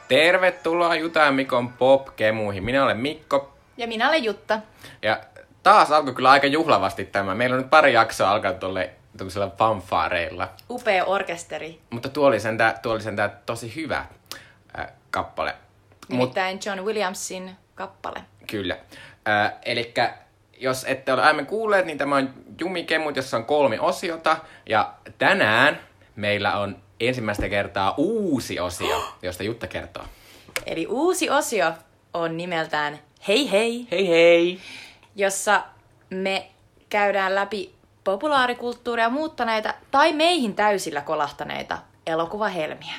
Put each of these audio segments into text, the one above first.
Tervetuloa Juta ja Mikon Pop-kemuihin. Minä olen Mikko. Ja minä olen Jutta. Ja taas alkoi kyllä aika juhlavasti tämä. Meillä on nyt pari jaksoa alkanut tuollaisilla fanfaareilla. Upea orkesteri. Mutta tuo oli sentään tosi hyvä kappale. Nimittäin John Williamsin kappale. Kyllä. Elikkä jos ette ole aiemmin kuulleet, niin tämä on Jumikemut, jossa on 3 osiota. Ja tänään meillä on ensimmäistä kertaa uusi osio, josta Jutta kertoo. Eli uusi osio on nimeltään Hei hei! Hei hei! Jossa me käydään läpi populaarikulttuuria muuttaneita tai meihin täysillä kolahtaneita elokuvahelmiä.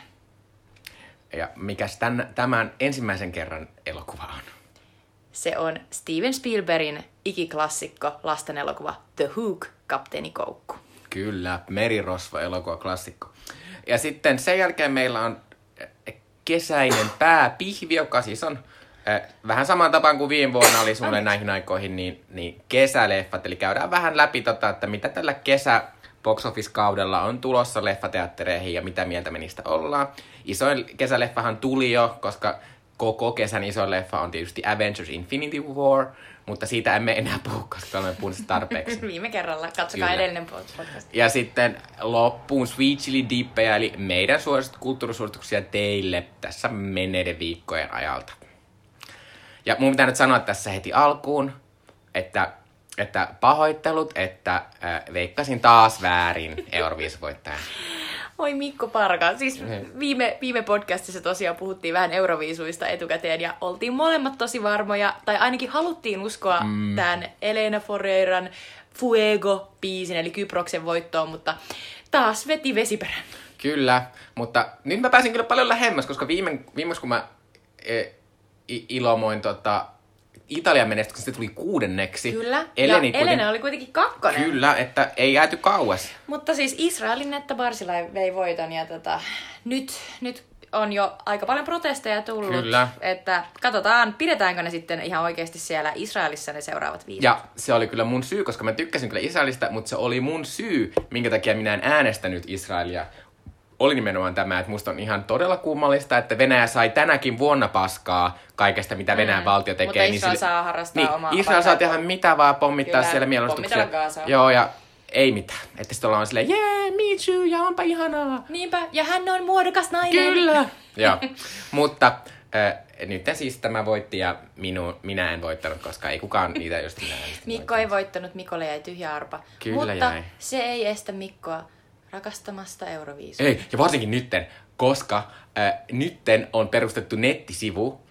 Ja mikäs tämän ensimmäisen kerran elokuva on? Se on Steven Spielbergin ikiklassikko lastenelokuva The Hook, Kapteeni Koukku. Kyllä, merirosvo-elokuva klassikko. Ja sitten sen jälkeen meillä on kesäinen pääpihvi, joka siis on vähän samaan tapaan kuin viime vuonna oli sulle näihin aikoihin, niin kesäleffat. Eli käydään vähän läpi, että mitä tällä box office-kaudella on tulossa leffateattereihin ja mitä mieltä me niistä ollaan. Isoin kesäleffahan tuli jo, koska koko kesän isoin leffa on tietysti Avengers Infinity War, mutta siitä emme enää puhu, koska olemme puhuneet tarpeeksi. Viime kerralla. Katsokaa edellinen podcast. Ja sitten loppuun Sweet Chili Dippejä, eli meidän kulttuurisuosituksia teille tässä menneiden viikkojen ajalta. Ja mun pitää nyt sanoa tässä heti alkuun, että pahoittelut, että veikkasin taas väärin Euroviisuvoittajan. Oi Mikko Parka. Siis viime podcastissa tosiaan puhuttiin vähän Euroviisuista etukäteen ja oltiin molemmat tosi varmoja, tai ainakin haluttiin uskoa tämän Elena Ferreiran Fuego-biisin, eli Kyproksen voittoon, mutta taas veti vesiperän. Kyllä, mutta nyt mä pääsin kyllä paljon lähemmäs, koska viimeksi kun mä ilomoin Italian menestyksen, se tuli 6. Kyllä, Elena oli kuitenkin 2. Kyllä, että ei jääty kauas. Mutta siis Israelin Netta Barzilai vei voiton ja nyt on jo aika paljon protesteja tullut. Kyllä. Että katsotaan, pidetäänkö ne sitten ihan oikeasti siellä Israelissa ne seuraavat viikot. Ja se oli kyllä mun syy, koska mä tykkäsin kyllä Israelista, mutta se oli mun syy, minkä takia minä en äänestänyt Israelia. Oli nimenomaan tämä, että musta on ihan todella kummallista, että Venäjä sai tänäkin vuonna paskaa kaikesta, mitä Venäjän valtio tekee. Mutta Israel saa harrastaa omaa Israel saa tehdä mitä vaan, pommittaa kyllä, siellä mielenosoituksia. pommitella Gazaa. Joo, ja ei mitään. Että sitten ollaan silleen, me too, ja onpa ihanaa. Niinpä, ja hän on muodokas nainen. Kyllä. Joo, mutta nyt siis tämä voitti ja minä en voittanut, koska ei kukaan niitä just minä Mikko ei voittanut, Mikolle jäi tyhjä arpa. Kyllä mutta jäi. Se ei estä Mikkoa rakastamasta Euroviisua. Ei, ja varsinkin nytten, koska nytten on perustettu nettisivu,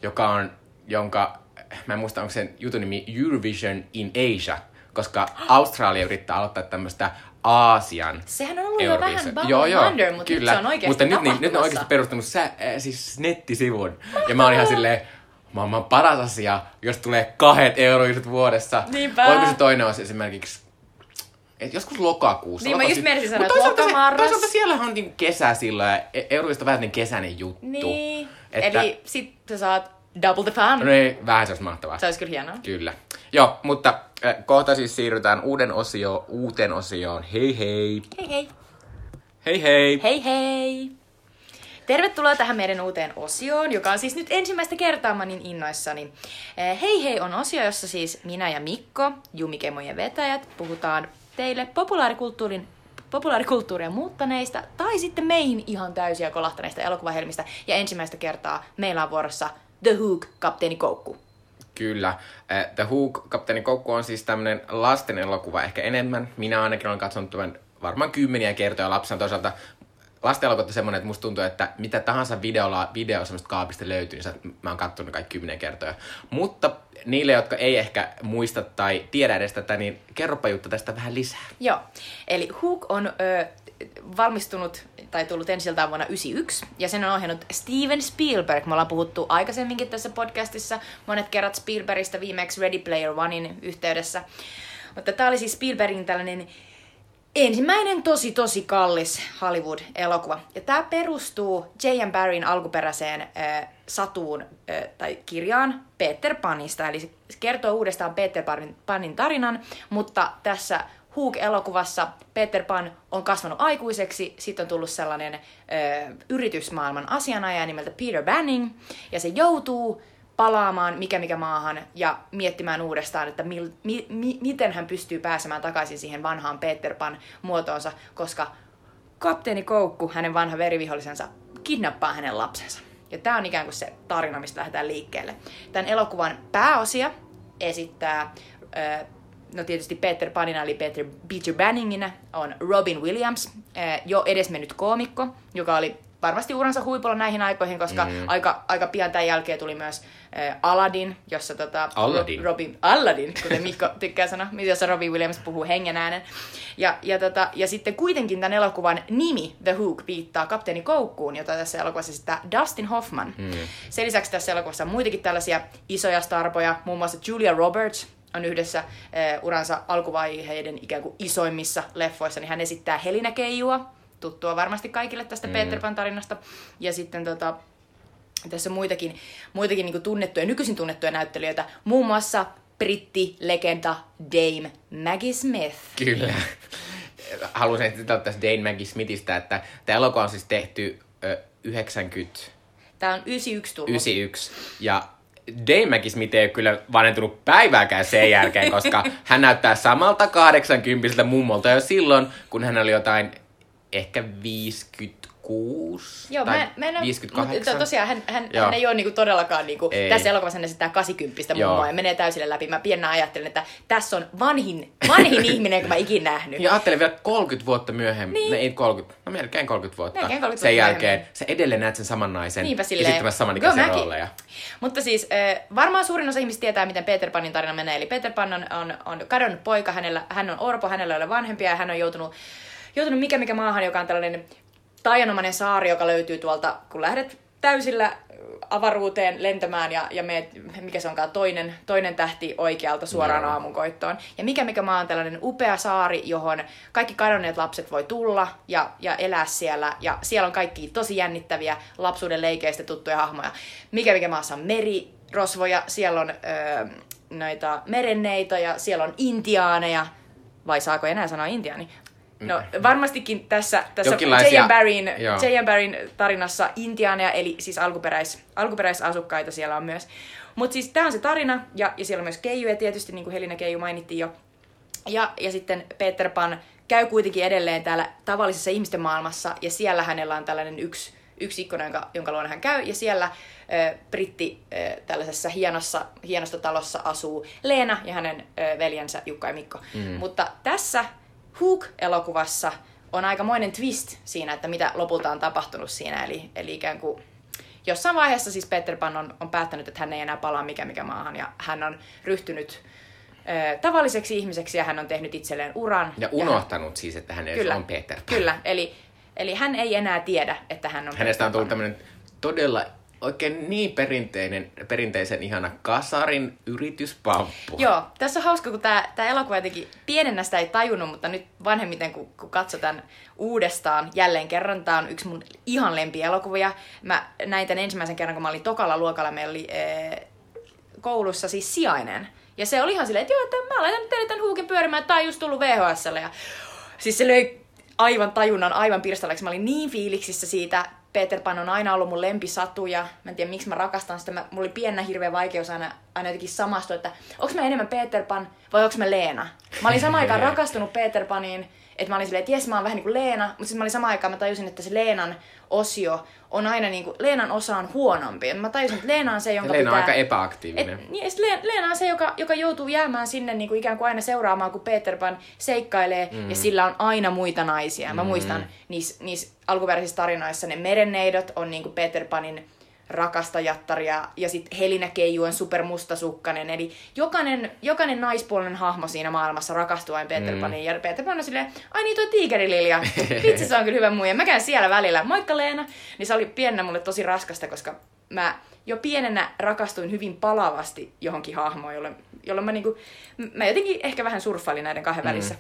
jonka, mä en muista, onko sen jutun nimi Eurovision in Asia, koska Australia yrittää aloittaa tämmöistä Aasian sehän on ollut jo vähän Wonder, mutta kyllä. Nyt se on oikeasti mutta tapahtumassa. nyt ne on oikeasti perustanut siis nettisivun. Ja mä oon ihan silleen, maailman paras asia, jos tulee 2 Euroviisut vuodessa. Niinpä. Voiko se toinen olisi esimerkiksi joskus lokakuussa. Niin mä just menisin sanoa, että lokamarras. Toisaalta siellähän on niinku kesä silloin ja Euroviisut on vähän kesäinen juttu. Niin, eli sit sä saat double the fun. No ei, vähän se olisi mahtavaa. Se olisi kyllä hienoa. Kyllä. Joo, mutta kohta siis siirrytään uuteen osioon. Hei hei! Hei hei! Hei hei! Hei hei! Tervetuloa tähän meidän uuteen osioon, joka on siis nyt ensimmäistä kertaa mä niin innoissani. Hei hei on osio, jossa siis minä ja Mikko, Jumikemojen vetäjät, puhutaan teille populaarikulttuuria muuttaneista tai sitten meihin ihan täysiä kolahtaneista elokuvahelmistä. Ja ensimmäistä kertaa meillä on vuorossa The Hook, Kapteeni Koukku. Kyllä. The Hook, Kapteeni Koukku on siis tämmönen lasten elokuva ehkä enemmän. Minä ainakin olen katsonut tämän varmaan 10 kertoja lapsena. Toisaalta lasten elokuva on semmoinen, että musta tuntuu, että mitä tahansa video semmoista kaapista löytyy, niin mä oon katsonut kaikki 10 kertoja. Mutta niille, jotka ei ehkä muista tai tiedä edes tätä, niin kerropa Jutta tästä vähän lisää. Joo, eli Hook on valmistunut tai tullut ensiltään vuonna 1991, ja sen on ohjannut Steven Spielberg. Me ollaan puhuttu aikaisemminkin tässä podcastissa monet kerrat Spielbergistä, viimeksi Ready Player Onein yhteydessä. Mutta tää oli siis Spielbergin tällainen ensimmäinen tosi kallis Hollywood-elokuva. Ja tää perustuu J.M. Barrien alkuperäiseen satuun tai kirjaan Peter Panista. Eli se kertoo uudestaan Peter Panin tarinan, mutta tässä Hook-elokuvassa Peter Pan on kasvanut aikuiseksi, sitten on tullut sellainen yritysmaailman asianajaja nimeltä Peter Banning, ja se joutuu palaamaan mikä maahan ja miettimään uudestaan, että miten hän pystyy pääsemään takaisin siihen vanhaan Peter Pan muotoonsa, koska kapteeni Koukku, hänen vanha verivihollisensa, kidnappaa hänen lapsensa. Ja tää on ikään kuin se tarina, mistä lähdetään liikkeelle. Tämän elokuvan pääosia esittää, no tietysti Peter Panina eli Peter Banningina on Robin Williams, jo edesmennyt koomikko, joka oli varmasti uransa huipulla näihin aikoihin, koska aika pian tämän jälkeen tuli myös Aladdin, jossa Aladdin, kuten Mikko tykkää sanoa, jossa Robin Williams puhuu hengen äänen. Ja sitten kuitenkin tämän elokuvan nimi, The Hook, viittaa kapteeni Koukkuun, jota tässä elokuvassa esittää Dustin Hoffman. Sen lisäksi tässä elokuvassa on muitakin tällaisia isoja starpoja, muun muassa Julia Roberts on yhdessä uransa alkuvaiheiden ikään kuin isoimmissa leffoissa, niin hän esittää Helinä Keijua, tuttua varmasti kaikille tästä Peter Pan-tarinasta. Ja sitten tässä on muitakin niin kuin tunnettuja, nykyisin tunnettuja näyttelijöitä, muun muassa brittilegenda Dame Maggie Smith. Kyllä. Haluaisin esittää tästä Dame Maggie Smithistä, että tämä elokuva on siis tehty 90. Tämä on 91 tullut. 91. Ja Dame Maggie Smith ei ole kyllä vanhentunut päivääkään sen jälkeen, koska hän näyttää samalta 80-vuotiaalta mummolta jo silloin, kun hän oli jotain ehkä 56 joo, tai mä 58. Mutta tosiaan hän ei ole niinku todellakaan, niinku, tässä elokuvassa hän esittää 80 mummoa ja menee täysille läpi. Mä piennä ajattelen, että tässä on vanhin ihminen, kun mä ikin nähnyt. Ja ajattelin vielä 30 vuotta myöhemmin, niin. Ei 30, no melkein 30 vuotta. Melkein 30 sen vuotta jälkeen myöhemmin. Sä edelleen näet sen saman naisen silleen, esittämässä samanikäisiä rooleja. Mutta siis varmaan suurin osa ihmistä tietää, miten Peter Panin tarina menee. Eli Peter Pan on kadonnut poika, hän on orpo, hänellä ei ole vanhempia ja hän on joutunut mikä maahan, joka on tällainen taianomainen saari, joka löytyy tuolta, kun lähdet täysillä avaruuteen lentämään ja meet, mikä se onkaan, toinen tähti oikealta suoraan aamunkoittoon. Ja mikä maa on tällainen upea saari, johon kaikki kadonneet lapset voi tulla ja elää siellä. Ja siellä on kaikki tosi jännittäviä lapsuuden leikeistä tuttuja hahmoja. Mikä maassa on merirosvoja, siellä on noita merenneitoja, siellä on intiaaneja. Vai saako enää sanoa intiaani? No varmastikin tässä J.M. Barryn tarinassa intiaaneja, eli siis alkuperäisasukkaita siellä on myös. Mutta siis tämä on se tarina, ja siellä on myös keijuja tietysti, niin kuin Helinä Keiju mainittiin jo. Ja sitten Peter Pan käy kuitenkin edelleen täällä tavallisessa ihmisten maailmassa, ja siellä hänellä on tällainen yksi ikkuna, jonka luona hän käy, ja siellä tällaisessa hienossa talossa asuu Leena ja hänen veljensä Jukka ja Mikko. Mutta tässä Hook-elokuvassa on aikamoinen twist siinä, että mitä lopulta on tapahtunut siinä. Eli ikään kuin jossain vaiheessa siis Peter Pan on päättänyt, että hän ei enää palaa mikä maahan. Ja hän on ryhtynyt tavalliseksi ihmiseksi ja hän on tehnyt itselleen uran. Ja unohtanut siis, että hän edes on Peter Pan. Kyllä, eli hän ei enää tiedä, että hän on Hänestä on tullut tämmöinen todella oikein niin perinteisen ihana kasarin yrityspamppu. Joo, tässä on hauska, kun tää elokuva jotenkin pienennä sitä ei tajunnut, mutta nyt vanhemmiten, kun katsotaan uudestaan jälleen kerran, tää on yksi mun ihan lempielokuvia. Mä näin tän ensimmäisen kerran, kun mä olin tokalla luokalla, meillä oli koulussa siis Sijainen. Ja se oli ihan silleen, että joo, että mä laitan teille tän Hookin pyörimään, että tää on just tullut VHS:lle. Ja siis se löi aivan tajunnan, aivan pirstaleeksi. Mä olin niin fiiliksissä siitä. Peter Pan on aina ollut mun lempisatu ja mä en tiedä miksi mä rakastan sitä. Mulla oli piennä hirveä vaikeus aina jotenkin samastua, että onks mä enemmän Peter Pan vai onks mä Leena. Mä olin samaan aikaan rakastunut Peter Paniin, että mä olin silleen, että jes mä oon vähän niin kuin Leena, mutta sitten mä olin samaan aikaan, mä tajusin, että se Leenan osio on aina niin kuin, Leenan osa on huonompi. Mä tajusin, että Leena on se, jonka Leena on aika epäaktiivinen. Leena on se, joka joutuu jäämään sinne niin kuin ikään kuin aina seuraamaan, kun Peter Pan seikkailee ja sillä on aina muita naisia. Mä muistan niissä alkuperäisissä tarinoissa ne merenneidot on niin kuin Peter Panin rakastajattari ja sitten Helinä Keiju on supermustasukkainen. Eli jokainen naispuolinen hahmo siinä maailmassa rakastuu aina Peter Paniin. Ja Peter Pan on silleen, ai niin toi tiikerililja. Vitsi, se on kyllä hyvä muija. Mä käyn siellä välillä. Moikka Leena. Niin se oli pienenä mulle tosi raskasta, koska mä jo pienenä rakastuin hyvin palavasti johonkin hahmoon, jolloin mä jotenkin ehkä vähän surffailin näiden kahden välissä.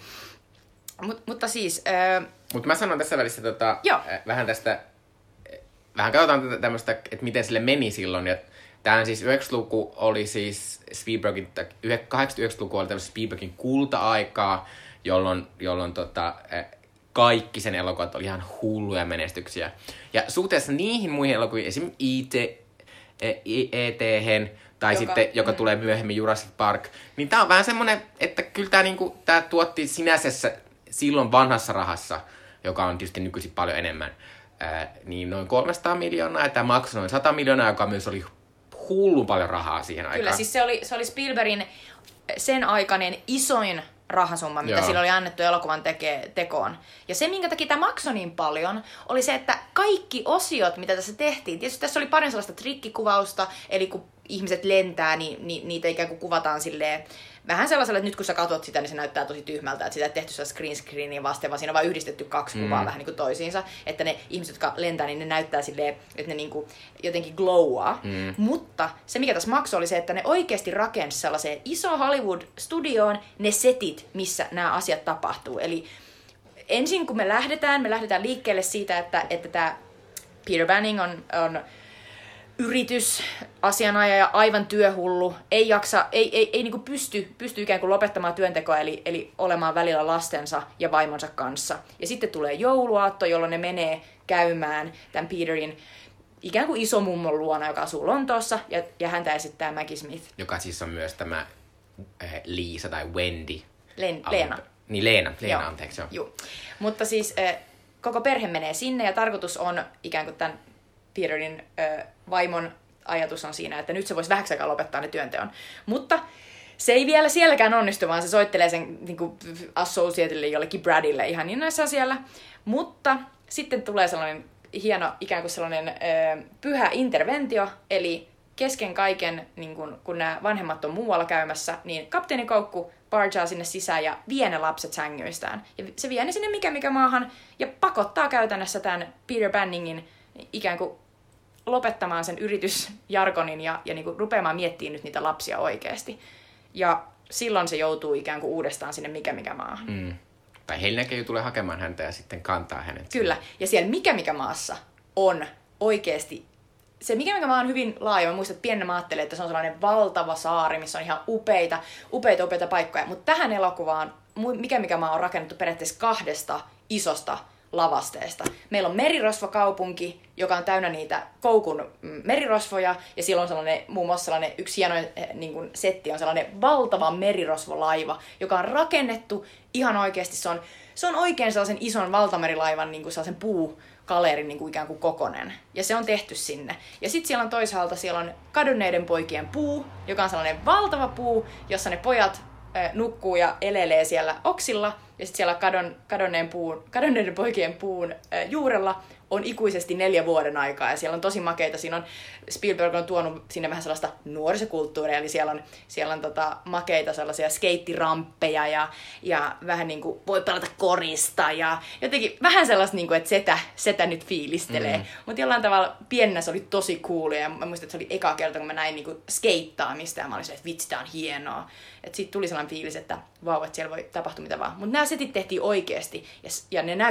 Mutta siis... Mutta mä sanon tässä välissä vähän tästä... Vähän katsotaan tämmöistä, että miten sille meni silloin. Ja tämähän siis 90-luku oli siis Spielbergin, 80-90-luku oli tämmöistä Spielbergin kulta-aikaa. jolloin kaikki sen elokuvat oli ihan hulluja menestyksiä. Ja suhteessa niihin muihin elokuviin, esimerkiksi E.T.hen, tai sitten, joka tulee myöhemmin Jurassic Park, niin tää on vähän semmonen, että kyllä tää tuotti sinänsä silloin vanhassa rahassa, joka on tietysti nykyisin paljon enemmän, niin noin 300 miljoonaa, ja tämä maksoi noin 100 miljoonaa, joka myös oli hullun paljon rahaa siihen aikaan. Kyllä, siis se oli Spielbergin sen aikainen isoin rahasumma, mitä Joo. sillä oli annettu elokuvan tekoon. Ja se, minkä takia tämä maksoi niin paljon, oli se, että kaikki osiot, mitä tässä tehtiin, tietysti tässä oli paljon sellaista trikkikuvausta, eli kun ihmiset lentää, niin niitä ikään kuin kuvataan silleen, vähän sellaisella, että nyt kun sä katsot sitä, niin se näyttää tosi tyhmältä, että sitä ei tehty green screeniin vasten, vaan siinä on vain yhdistetty kaksi kuvaa vähän niin kuin toisiinsa, että ne ihmiset, jotka lentää, niin ne näyttää silleen, että ne niin kuin jotenkin glowaa. Mutta se, mikä tässä maksoi, oli se, että ne oikeasti rakensi sellaiseen iso Hollywood-studioon ne setit, missä nämä asiat tapahtuu. Eli ensin kun me lähdetään liikkeelle siitä, että tämä Peter Banning on yritys, asianajaja, aivan työhullu, ei jaksa, ei niinku pysty ikään kuin lopettamaan työntekoa, eli olemaan välillä lastensa ja vaimonsa kanssa. Ja sitten tulee jouluaatto, jolloin ne menee käymään tämän Peterin ikään kuin isomummon luona, joka asuu Lontoossa, ja häntä esittää Maggie Smith. Joka siis on myös tämä Liisa tai Wendy. Leena. Niin Leena, Joo. anteeksi. Joo. Mutta siis koko perhe menee sinne, ja tarkoitus on ikään kuin tämän Peterin vaimon ajatus on siinä, että nyt se voisi vähäksi aikaa lopettaa ne työnteon. Mutta se ei vielä sielläkään onnistu, vaan se soittelee sen niin kuin associatelle jollekin Bradille ihan innoissaan siellä. Mutta sitten tulee sellainen hieno ikään kuin sellainen pyhä interventio, eli kesken kaiken, niin kun nämä vanhemmat on muualla käymässä, niin kapteeni Koukku bargaa sinne sisään ja vie ne lapset sängyistään. Ja se vie ne sinne mikä maahan ja pakottaa käytännössä tämän Peter Banningin ikään kuin lopettamaan sen yritysjargonin ja niin kuin rupeamaan miettimään nyt niitä lapsia oikeasti. Ja silloin se joutuu ikään kuin uudestaan sinne mikä maahan. Tai Helinäkin tulee hakemaan häntä ja sitten kantaa hänet. Kyllä. Ja siellä mikä maassa on oikeasti. Se mikä maa on hyvin laaja. Mä muistan, että pienenä mä ajattelin, että se on sellainen valtava saari, missä on ihan upeita paikkoja. Mutta tähän elokuvaan mikä maa on rakennettu periaatteessa 2 isosta lavasteesta. Meillä on merirosvokaupunki, joka on täynnä niitä Koukun merirosvoja, ja silloin on sellainen, muun muassa sellainen yksi hieno niin kuin setti on sellainen valtava merirosvolaiva, joka on rakennettu ihan oikeasti. Se on oikein sellaisen ison valtamerilaivan niin kuin sellaisen puukaleerin niin kuin ikään kuin kokonen. Ja se on tehty sinne. Ja sitten siellä on toisaalta kadonneiden poikien puu, joka on sellainen valtava puu, jossa ne pojat nukkuu ja elelee siellä oksilla, ja sitten siellä kadonneiden poikien puun juurella on ikuisesti 4 vuoden aikaa, ja siellä on tosi makeita. Siinä on, Spielberg on tuonut sinne vähän sellaista nuorisokulttuuria, eli siellä on makeita sellaisia skeittiramppeja, ja vähän niin kuin voi pelata korista, ja jotenkin vähän sellaista, niin kuin, että setä nyt fiilistelee. Mutta jollain tavalla pienenä se oli tosi cool, ja mä muistan, että se oli eka kerta, kun mä näin niin kuin skeittaamista, ja mä olin se, että vitsi, tää on hienoa. Että siitä tuli sellainen fiilis, että vau, että siellä voi tapahtua mitä vaan. Mutta nämä setit tehtiin oikeasti, ja ne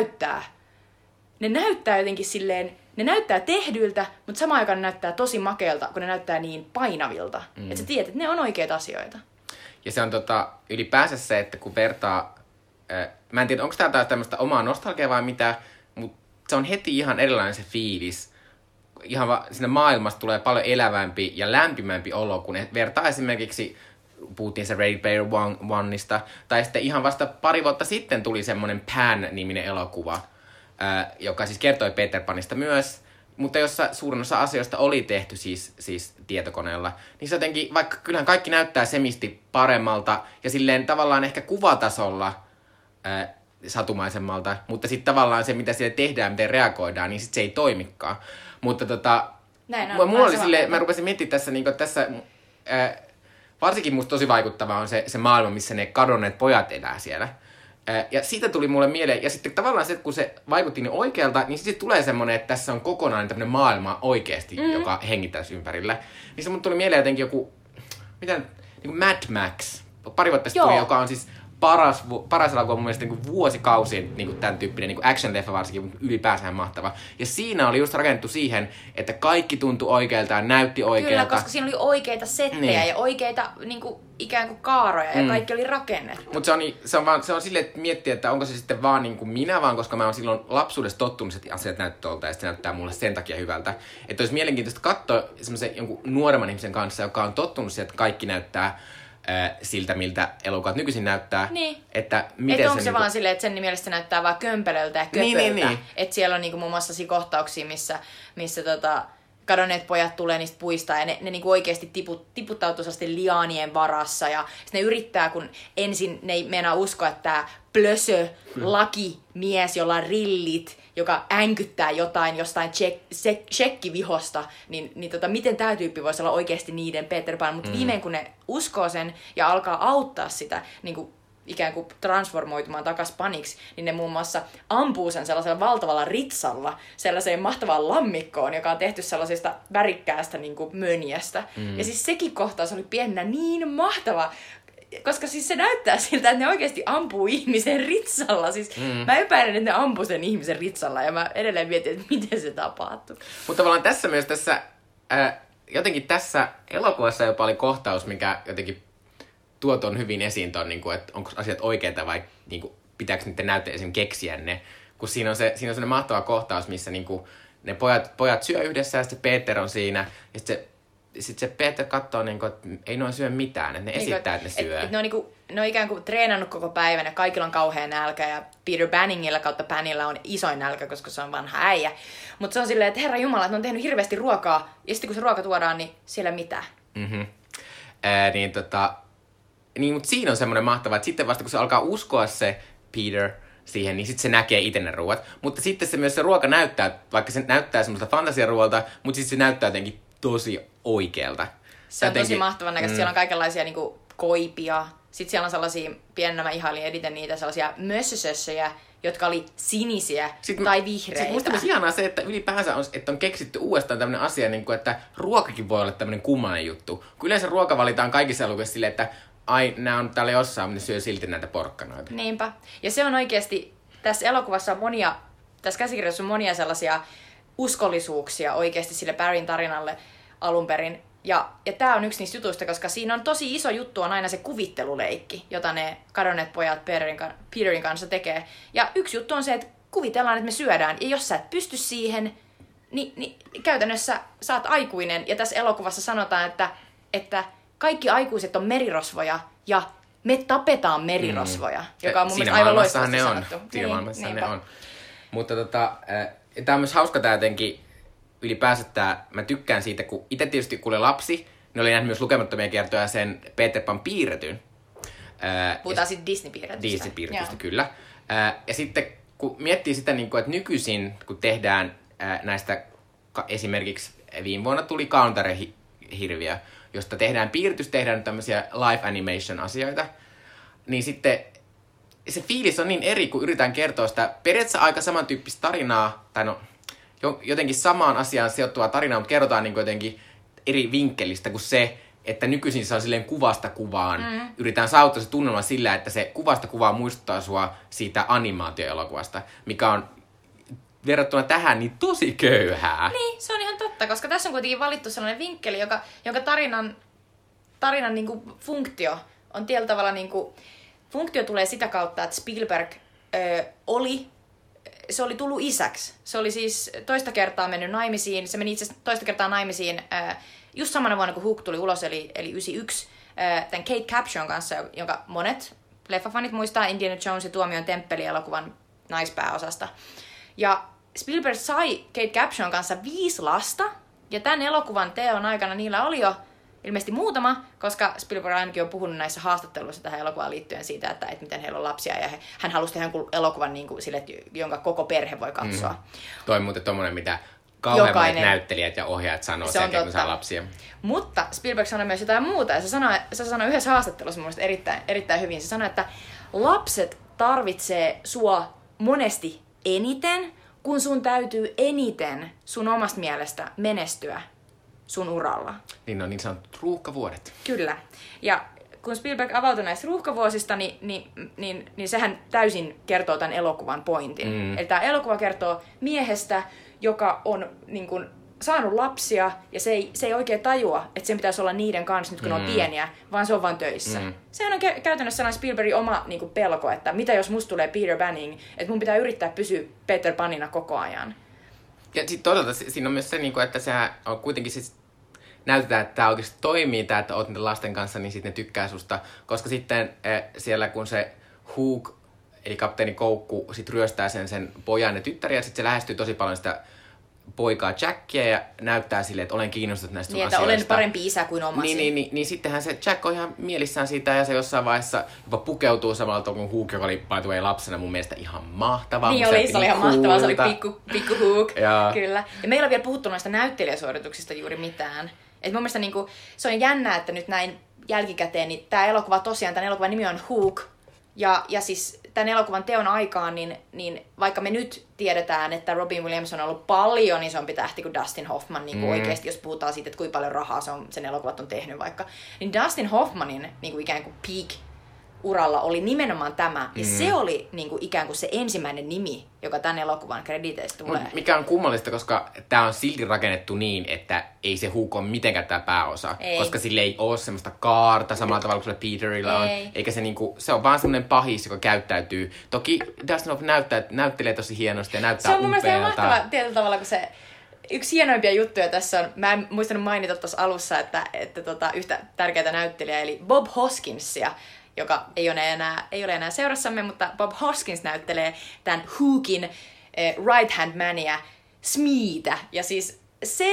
näyttää jotenkin silleen, ne näyttää tehdyltä, mutta samaan aikaan ne näyttää tosi makealta, kun ne näyttää niin painavilta. Että sä tiedät, että ne on oikeita asioita. Ja se on ylipäänsä se, että kun vertaa, mä en tiedä, onko tää tämmöistä omaa nostalgiaa vai mitä, mutta se on heti ihan erilainen se fiilis. Ihan siinä maailmasta tulee paljon elävämpi ja lämpimämpi olo, kun vertaa esimerkiksi, puhuttiin se Ready Player Oneista, tai sitten ihan vasta pari vuotta sitten tuli semmoinen Pan-niminen elokuva, joka siis kertoi Peter Panista myös, mutta jossa suurin osa asioista oli tehty siis tietokoneella. Niin se jotenkin, vaikka kyllähän kaikki näyttää semisti paremmalta ja silleen tavallaan ehkä kuvatasolla satumaisemmalta, mutta sitten tavallaan se, mitä siellä tehdään, miten reagoidaan, niin sitten se ei toimikaan. Mutta mulla oli silleen, mä rupesin miettimään tässä, niin varsinkin musta tosi vaikuttavaa on se maailma, missä ne kadonneet pojat elää siellä. Ja siitä tuli mulle mieleen, ja sitten tavallaan se, kun se vaikutti niin oikealta, niin sitten tulee semmoinen, että tässä on kokonainen tämmöinen maailma oikeasti, joka hengittäisi ympärillä. Niin se mun tuli mieleen jotenkin joku, niin kuin Mad Max, pari vuotta sitten tuli, joka on siis paras elokuva mun mielestä niin vuosikausiin niin tämän tyyppinen niin action-leffa varsinkin ylipäänsä mahtava. Ja siinä oli just rakennettu siihen, että kaikki tuntui oikealta ja näytti oikealta. Kyllä, koska siinä oli oikeita settejä ja oikeita niin kuin, ikään kuin kaaroja ja kaikki oli rakennettu. Mutta se on silleen, että miettiä, että onko se sitten vaan niin kuin minä, vaan koska mä oon silloin lapsuudessa tottunut, että asiat näyttää tuolta ja se näyttää mulle sen takia hyvältä. Että olisi mielenkiintoista katsoa semmoisen jonkun nuoremman ihmisen kanssa, joka on tottunut siihen, että kaikki näyttää siltä, miltä elokuvat nykyisin näyttää. Niin. Että miten onko se vaan silleen, että sen mielestä se näyttää vaan kömpelöltä ja köpöltä. Niin. Että siellä on niinku muun muassa kohtauksia, missä kadonneet pojat tulee niistä puista ja ne niinku oikeasti tiputtautuu liaanien varassa. Ja ne yrittää, kun ensin ne ei meinaa uskoa, että tämä plösö lakimies, jolla on rillit, joka änkyttää jotain jostain tsekkivihosta, niin miten tämä tyyppi voisi olla oikeasti niiden Peter Pan. Mutta viimein kun ne uskoo sen ja alkaa auttaa sitä, niin kuin ikään kuin transformoitumaan takas paniksi, niin ne muun muassa ampuu sen sellaisella valtavalla ritsalla sellaiseen mahtavaan lammikkoon, joka on tehty sellaisesta värikkäästä niin kuin mönjästä. Ja siis sekin kohtaus oli pienenä niin mahtava, koska siis se näyttää siltä, että ne oikeasti ampuu ihmisen ritsalla. Siis mä epäilen, että ne ampuu sen ihmisen ritsalla ja mä edelleen mietin, että miten se tapahtuu. Mutta tavallaan jotenkin tässä elokuvassa jopa oli kohtaus, mikä jotenkin tuo ton hyvin esiin ton, niin kuin, että onko asiat oikeita vai niin kuin, pitääkö niiden näyttää esimerkiksi keksiä ne. Kun siinä on sellainen mahtava kohtaus, missä niin kuin, ne pojat syö yhdessä ja sitten Peter on siinä. Ja sitten se Peter katsoo, niin kuin, että ei noin syö mitään, että ne esittää, että ne syö. Ne on ikään kuin treenannut koko päivän ja kaikilla on kauhea nälkä ja Peter Banningilla kautta Panilla on isoin nälkä, koska se on vanha äijä. Mutta se on silleen, että herra jumala, että ne on tehnyt hirveästi ruokaa ja sitten kun se ruoka tuodaan, niin siellä mitään. Mutta siinä on semmoinen mahtava, että sitten vasta kun se alkaa uskoa se Peter siihen, niin sitten se näkee itse ne ruoat. Mutta sitten se ruoka näyttää, vaikka se näyttää semmoista fantasiaruolta, mutta sitten se näyttää jotenkin tosi oikealta. Se on tosi mahtavan näköistä. Siellä on kaikenlaisia niinku koipia. Sitten siellä on sellaisia, pienenä mä ihailin editen niitä, sellaisia mössösössöjä, jotka oli sinisiä tai vihreitä. Sitten musta myös ihanaa se, että ylipäänsä on keksitty uudestaan tämmöinen asia, niin kuin, että ruokakin voi olla tämmöinen kummallinen juttu. Kun yleensä ruoka valitaan kaikissa elokuvissa silleen, että ai, nämä on täällä jossain, mutta ne syö silti näitä porkkanoita. Niinpä. Ja se on oikeasti, tässä elokuvassa on tässä käsikirjassa on monia sellaisia uskollisuuksia oikeasti sille Barryn tarinalle alun perin. Ja tää on yksi niistä jutuista, koska siinä on tosi iso juttu on aina se kuvitteluleikki, jota ne kadonneet pojat Peterin kanssa tekee. Ja yksi juttu on se, että kuvitellaan, että me syödään. Ja jos sä et pysty siihen, niin käytännössä sä oot aikuinen. Ja tässä elokuvassa sanotaan, että kaikki aikuiset on merirosvoja ja me tapetaan merirosvoja, joka on mun mielestä aivan loistavasti sanottu. Siinä maailmassahan ne on. Mutta tää on myös hauska tää jotenkin ylipäänsä mä tykkään siitä, kun itse tietysti kun olin lapsi, niin olin nähnyt myös lukemattomia kertoja sen Peter Pan piirretyn. Puhutaan sitten Disney-piirretystä. Disney-piirretystä, kyllä. Ja sitten kun miettii sitä, että nykyisin kun tehdään näistä, esimerkiksi viime vuonna tuli Countare-hirviö, josta tehdään tämmöisiä live animation asioita, niin sitten se fiilis on niin eri, kun yritetään kertoa sitä periaatteessa aika samantyyppistä tarinaa, tai no jotenkin samaan asiaan sijoittuvaa tarinaa, mutta kerrotaan niin jotenkin eri vinkkelistä kuin se, että nykyisin se on silleen kuvasta kuvaan. Yritetään saavuttaa se tunnelma sillä, että se kuvasta kuvaan muistuttaa sua siitä animaatioelokuvasta, mikä on verrattuna tähän niin tosi köyhää. Niin, se on ihan totta, koska tässä on kuitenkin valittu sellainen vinkkeli, jonka tarinan niin kuin funktio on tietyllä tavalla funktio tulee sitä kautta, että Spielberg se oli tullut isäksi. Se oli siis toista kertaa mennyt naimisiin. Se meni itse asiassa toista kertaa naimisiin just samana vuonna, kun Hook tuli ulos, eli 1991, tämän Kate Capshawn kanssa, jonka monet leffafanit muistaa Indiana Jones ja Tuomion temppeli-elokuvan naispääosasta. Ja Spielberg sai Kate Capshawn kanssa 5 lasta, ja tämän elokuvan teon aikana niillä oli jo ilmeisesti muutama, koska Spielberg ainakin on puhunut näissä haastatteluissa tähän elokuvaan liittyen siitä, että miten heillä on lapsia, ja hän halusi tehdä elokuvan niin kuin sille, jonka koko perhe voi katsoa. Toi muuten tommonen, mitä kauhean näyttelijät ja ohjaajat sanoo sen, kun saa lapsia. Mutta Spielberg sanoi myös jotain muuta, ja se sanoi yhdessä haastattelussa mun mielestä erittäin hyvin. Se sanoi, että lapset tarvitsee sua monesti eniten, kun sun täytyy eniten sun omasta mielestä menestyä sun uralla. Niin on niin sanotut ruuhkavuodet. Kyllä. Ja kun Spielberg avautui näistä ruuhkavuosista, niin sehän täysin kertoo tämän elokuvan pointin. Eli tämä elokuva kertoo miehestä, joka on niin kuin saanut lapsia, ja se ei oikein tajua, että sen pitäisi olla niiden kanssa nyt, kun ne on pieniä, vaan se on vaan töissä. Sehän on käytännössä sellainen Spielbergin oma niin kuin pelko, että mitä jos musta tulee Peter Banning, että mun pitää yrittää pysyä Peter Panina koko ajan. Ja sitten toisaalta siinä on myös se, että sehän on kuitenkin siis näytetään, että tämä oikeasti toimii, tämä, että oot niiden lasten kanssa, niin sitten ne tykkää susta. Koska sitten siellä, kun se Hook, eli kapteeni Koukku, sit ryöstää sen pojan ja tyttäriä, ja sitten se lähestyy tosi paljon sitä poikaa Jackia ja näyttää silleen, että olen kiinnostunut näistä niin, asioista. Olen parempi isä kuin omasi. Niin sittenhän se Jack on ihan mielissään siitä ja se jossain vaiheessa jopa pukeutuu samalla tavalla kuin Hook, joka oli by the way lapsena mun mielestä ihan mahtavaa. Niin oli, se oli ihan mahtavaa, se oli pikku Hook, ja. Kyllä. Ja meillä on vielä puhuttu noista näyttelijäsuorituksista juuri mitään. Et mun mielestä niinku, se on jännää, että nyt näin jälkikäteen, niin tämä elokuva tosiaan, tämän elokuvan nimi on Hook. Ja siis tämän elokuvan teon aikaan, niin vaikka me nyt tiedetään, että Robin Williams on ollut paljon isompi tähti kuin Dustin Hoffman, niin kuin oikeasti, jos puhutaan siitä, että kuinka paljon rahaa sen elokuvat on tehnyt vaikka, niin Dustin Hoffmanin niin kuin ikään kuin peak-uralla oli nimenomaan tämä. Ja se oli niin kuin ikään kuin se ensimmäinen nimi, joka tämän elokuvan krediteistä tulee. Mikä on kummallista, koska tämä on silti rakennettu niin, että ei se Hook ole mitenkään tämä pääosa. Ei. Koska sille ei ole semmoista kaarta samalla tavalla kuin Peterillä on. Eikä se niinku, se on vaan semmoinen pahis, joka käyttäytyy. Toki Dustin Hoffman näyttelee tosi hienosti ja näyttää upealta. Se on mun mielestä ihan mahtava tietyllä tavalla, kun se yksi hienoimpia juttuja tässä on, mä en muistanut mainita tuossa alussa, että yhtä tärkeää näyttelijää, eli Bob Hoskinsia, joka ei ole enää seurassamme, mutta Bob Hoskins näyttelee tämän Hookin right hand mania Smeetä. Ja siis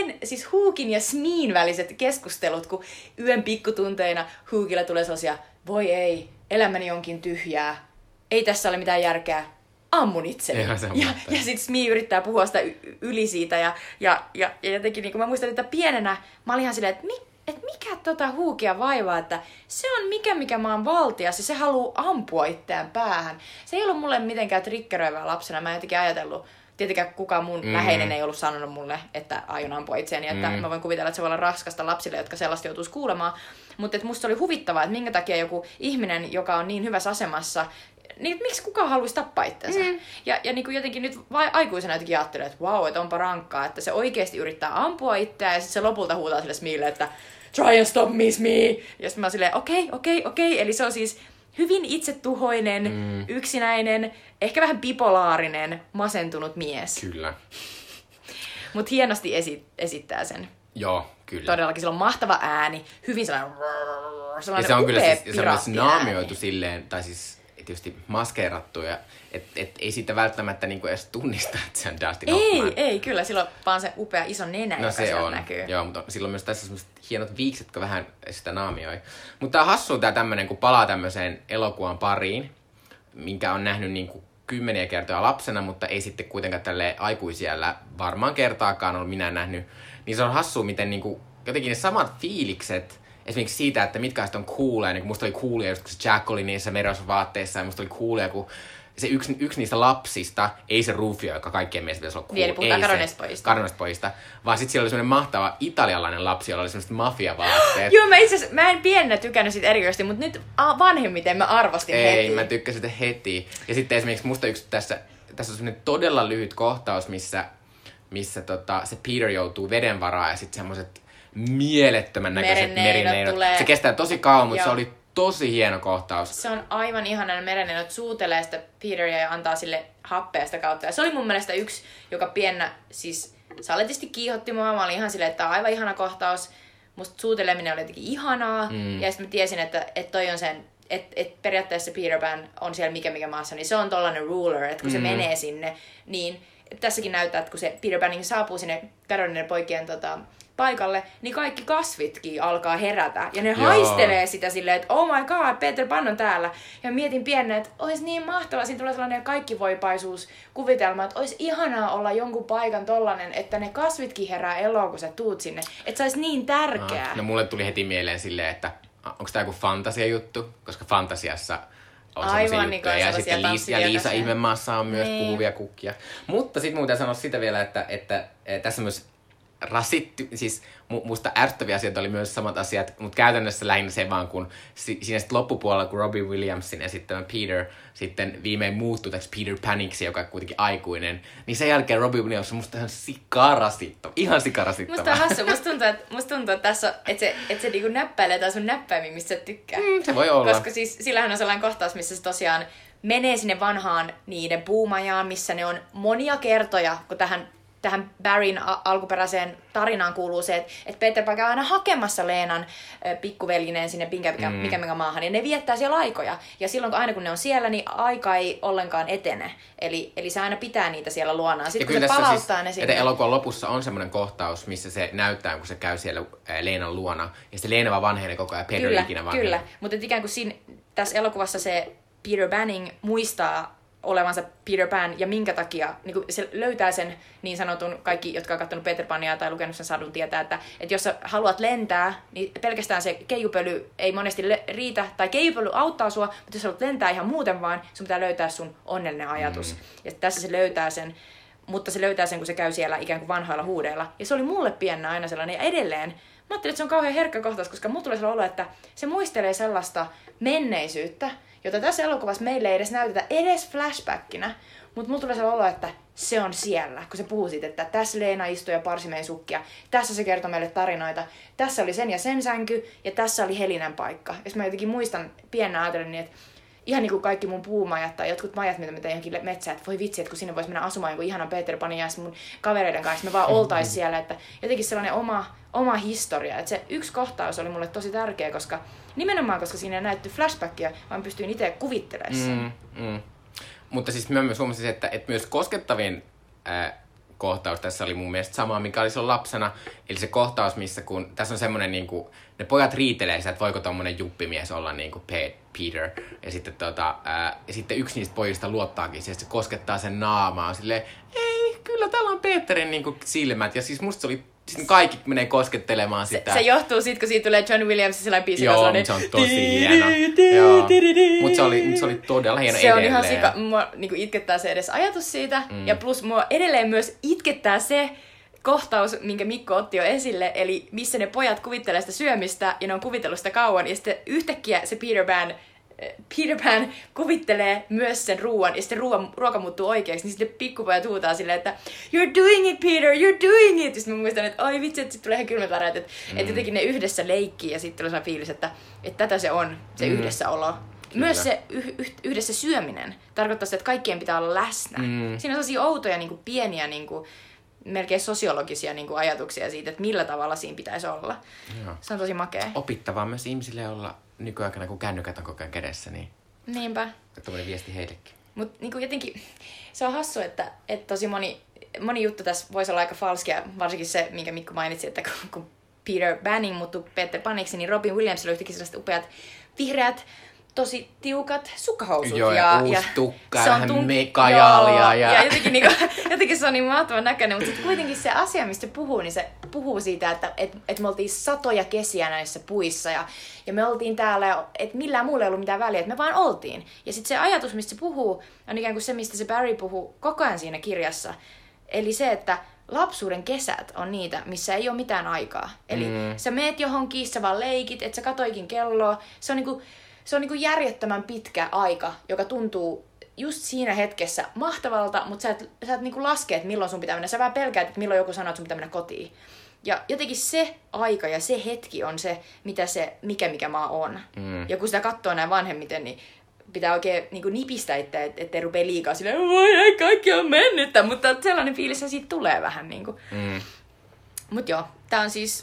Hookin ja Smeen väliset keskustelut, kun yön pikkutunteina Hookilla tulee sellaisia, voi ei, elämäni onkin tyhjää, ei tässä ole mitään järkeä, ammun itseni. Ja sitten Smee yrittää puhua sitä yli siitä. Ja jotenkin, niin kun mä muistan, että pienenä mä olin ihan silleen, että mikä Hookia vaivaa, että se on mikä mä oon valtias ja se haluaa ampua itseään päähän. Se ei ollut mulle mitenkään triggeröivää lapsena. Mä en jotenkin ajatellut, tietenkään kukaan mun läheinen ei ollut sanonut mulle, että aion ampua itseäni. Että mä voin kuvitella, että se voi olla raskasta lapsille, jotka sellaista joutuisi kuulemaan. Mutta musta oli huvittavaa, että minkä takia joku ihminen, joka on niin hyvässä asemassa, niin miksi kukaan haluaisi tappaa itsensä? Ja niin kuin jotenkin nyt aikuisena jotenkin ajattelin, että vau, että onpa rankkaa, että se oikeasti yrittää ampua itseään ja sitten se lopulta huutaa sille Smeelle, että try and stop me, Smee! Ja sitten mä oon silleen, okei. Eli se on siis hyvin itsetuhoinen, yksinäinen, ehkä vähän bipolaarinen, masentunut mies. Kyllä. Mut hienosti esittää sen. Joo, kyllä. Todellakin, sillä on mahtava ääni, hyvin sellainen ja se on kyllä upea siis, se on myös naamioitu silleen, tai siis tietysti maskeerattu, ja ei siitä välttämättä niinku edes tunnista, että se on Dustin Hoffman. Ei, kyllä, sillä on vaan se upea iso nenä, joka siellä näkyy. Joo, mutta silloin myös tässä sellaiset hienot viikset, jotka vähän sitä naamioi. Mutta tää on hassua tää tämmönen, kun palaa tämmöiseen elokuvan pariin, minkä on nähnyt niinku kymmeniä kertoja lapsena, mutta ei sitten kuitenkaan tälleen aikuisiällä varmaan kertaakaan ollut minä nähnyt. Niin se on hassua, miten niinku, jotenkin ne samat fiilikset, esimerkiksi siitä, että mitkä on coolia, niin kun musta oli coolia, just kun se Jack oli niissä merirosvaatteissa, ja musta oli coolia, kun se yksi niistä lapsista, ei se Rufio, joka kaikkien mielestä pitäisi olla cool. Niin, puhutaan Caronesta pojista. Vaan sitten siellä oli semmoinen mahtava italialainen lapsi, jolla oli semmoiset mafiavaatteet. Joo, mä itse asiassa, mä en pienenä tykännyt siitä erityisesti, mutta nyt vanhemmiten mä arvostin heti. Ei, mä tykkäsin sitä heti. Ja sitten esimerkiksi musta tässä on semmoinen todella lyhyt kohtaus, missä se Peter joutuu veden varaan ja sitten semmoiset mielettömän näköiset merineidot. Se kestää tosi kauan, mutta se oli tosi hieno kohtaus. Se on aivan ihana, merenneidot suutelee sitä Peteria ja antaa sille happea sitä kautta. Ja se oli mun mielestä yksi, joka piennä siis saletisti kiihotti mua. Mä olin ihan silleen, että tämä on aivan ihana kohtaus. Musta suuteleminen oli jotenkin ihanaa. Ja sitten mä tiesin, että toi on sen, että periaatteessa Peter Pan on siellä mikä maassa, niin se on tollainen ruler, että kun se menee sinne, niin tässäkin näyttää, että kun se Peter Panning saapuu sinne kadonneiden poikien paikalle, niin kaikki kasvitkin alkaa herätä. Ja ne haistelee sitä silleen, että oh my god, Peter Pan on täällä. Ja mietin pienen, että olisi niin mahtavaa, siinä tulee sellainen kaikkivoipaisuuskuvitelma, että olisi ihanaa olla jonkun paikan tollanen, että ne kasvitkin herää eloon, kun sä tuut sinne. Että se olisi niin tärkeää. No mulle tuli heti mieleen silleen, että onko tää joku fantasiajuttu? Koska fantasiassa on sellaisia juttuja. Ja sitten Liisa Ihmemaassa on myös puhuvia kukkia. Mutta sitten muuten sanoa sitä vielä, että tässä myös siis musta ärsyttäviä asioita oli myös samat asiat, mutta käytännössä lähinnä se vaan, kun siinä sitten loppupuolella, kun Robin Williamsin esittämä Peter sitten viimein muuttui täksi Peter Paniksi, joka on kuitenkin aikuinen, niin sen jälkeen Robin Williams on musta ihan sikarasittava. Musta on hassu, musta tuntuu, että tässä että se niinku näppäilee tai sun näppäimiin, mistä sä tykkää. Se voi olla. Koska siis sillähän on sellainen kohtaus, missä se tosiaan menee sinne vanhaan niiden puumajaan, missä ne on monia kertoja, kun tähän Barryn alkuperäiseen tarinaan kuuluu se, että Peter Pan käy aina hakemassa Leenan pikkuveljineen sinne mikä maahan, ja ne viettää siellä aikoja. Ja silloin aina kun ne on siellä, niin aika ei ollenkaan etene. Eli se aina pitää niitä siellä luonaan. Sitten kun se palauttaa ne sinne. Elokuvan lopussa on semmoinen kohtaus, missä se näyttää, kun se käy siellä Leenan luona, ja sitten Leena vaan vanhenee koko ajan, Peter ikinä vanhenee. Kyllä, mutta ikään kuin tässä elokuvassa se Peter Banning muistaa olevansa Peter Pan, ja minkä takia niin se löytää sen niin sanotun, kaikki, jotka on katsonut Peter Pania tai lukenut sen sadun, tietää, että jos sä haluat lentää, niin pelkästään se keijupöly ei monesti riitä, tai keijupöly auttaa sua, mutta jos haluat lentää ihan muuten vaan, sun pitää löytää sun onnellinen ajatus. Ja tässä se löytää sen, mutta se löytää sen, kun se käy siellä ikään kuin vanhoilla huudeilla. Ja se oli mulle pienenä aina sellainen, ja edelleen, mä ajattelin, että se on kauhean herkkä kohtaus, koska mulla tulee sellainen olo, että se muistelee sellaista menneisyyttä, jota tässä elokuvassa meille ei edes näytetä edes flashbackinä, mutta mulla tulee sellainen olo, että se on siellä, kun se puhuu siitä, että tässä Leena istui ja parsi meidän sukkia, tässä se kertoi meille tarinoita, tässä oli sen ja sen sänky, ja tässä oli Helinän paikka. Ja mä jotenkin muistan pienenä ajatellen niin, että ihan niin kuin kaikki mun puumajat tai jotkut majat, mitä mä tein johonkin metsään, että voi vitsi, että kun sinne voisi mennä asumaan jonkun ihanan Peter Panin ja mun kavereiden kanssa, me vaan oltais siellä, että jotenkin sellainen oma historia. Että se yksi kohtaus oli mulle tosi tärkeä, nimenomaan koska siinä ei näytty flashbackia, vaan pystyin itse kuvittelemaan sen. Mutta siis mä myös huomasin, että myös koskettavin kohtaus tässä oli mun mielestä sama, mikä oli silloin lapsena. Eli se kohtaus, missä kun tässä on semmoinen, niin kuin, ne pojat riitelee sitä, että voiko tommonen juppimies olla niin kuin Peter. Ja sitten, ja sitten yksi niistä pojista luottaakin siihen, että se koskettaa sen naamaa. Silleen, ei, kyllä täällä on Peterin niin kuin silmät. Ja siis musta se oli, siis kaikki menee koskettelemaan sitä. Se johtuu siitä, kun siitä tulee John Williams sellainen biisi. Joo, se on tosi hieno. Mutta se oli todella hieno se edelleen. On ihan sika, mua niinku itkettää se edes ajatus siitä. Ja plus mua edelleen myös itkettää se kohtaus, minkä Mikko otti jo esille, eli missä ne pojat kuvittelee sitä syömistä, ja ne on kuvitellut sitä kauan, ja sitten yhtäkkiä se Peter Pan kuvittelee myös sen ruoan, ja sitten ruoka muuttuu oikeaksi, niin sitten pikkupojat huutaa silleen, että you're doing it, Peter, you're doing it! Ja sitten mä muistan, että ai vitsi, että sitten tulee ihan kylmät väreet, että jotenkin ne yhdessä leikkii, ja sitten tulee sellainen fiilis, että tätä se on, se yhdessäolo. Kyllä. Myös se yhdessä syöminen tarkoittaa sitä, että kaikkien pitää olla läsnä. Siinä on sellaisia outoja, niin kuin pieniä, niin kuin, melkein sosiologisia niin kuin ajatuksia siitä, että millä tavalla siinä pitäisi olla. Joo. Se on tosi makea. Opittavaa myös ihmisille olla nykyaikana, kun kännykät on koko ajan kädessä, niin niinpä. Tuommoinen viesti heillekin. Mutta niin jotenkin se on hassu, että tosi moni juttu tässä voisi olla aika falskia, varsinkin se, minkä Mikko mainitsi, että kun Peter Banning muuttui Peter Paniksi, niin Robin Williamsilla oli yhtäkkiä sellaiset upeat vihreät, tosi tiukat sukkahousut. Joo, ja uusi tukka, vähän kajalia. Ja jotenkin se on niin mahtavan näköinen, mutta sitten kuitenkin se asia, mistä puhuu, niin se puhuu siitä, että me oltiin satoja kesiä näissä puissa ja me oltiin täällä, että millään muulla ei ollut mitään väliä, että me vaan oltiin. Ja sitten se ajatus, mistä se puhuu, on ikään kuin se, mistä se Barry puhuu koko ajan siinä kirjassa. Eli se, että lapsuuden kesät on niitä, missä ei ole mitään aikaa. Eli sä meet johonkin, sä vaan leikit, että sä katoikin kelloa. Se on niinku järjettömän pitkä aika, joka tuntuu just siinä hetkessä mahtavalta, mutta sä et niinku laske, että milloin sun pitää mennä. Sä vähän pelkäät, että milloin joku sanoo, että sun pitää mennä kotiin. Ja jotenkin se aika ja se hetki on se, mitä se mikä maa on. Ja kun sitä katsoo näin vanhemmiten, niin pitää oikein niinku nipistää itse, ettei rupea liikaa silleen, voi ei, kaikki on mennyttä, mutta sellainen fiilis siitä tulee vähän niinku. Mut joo, tää on siis...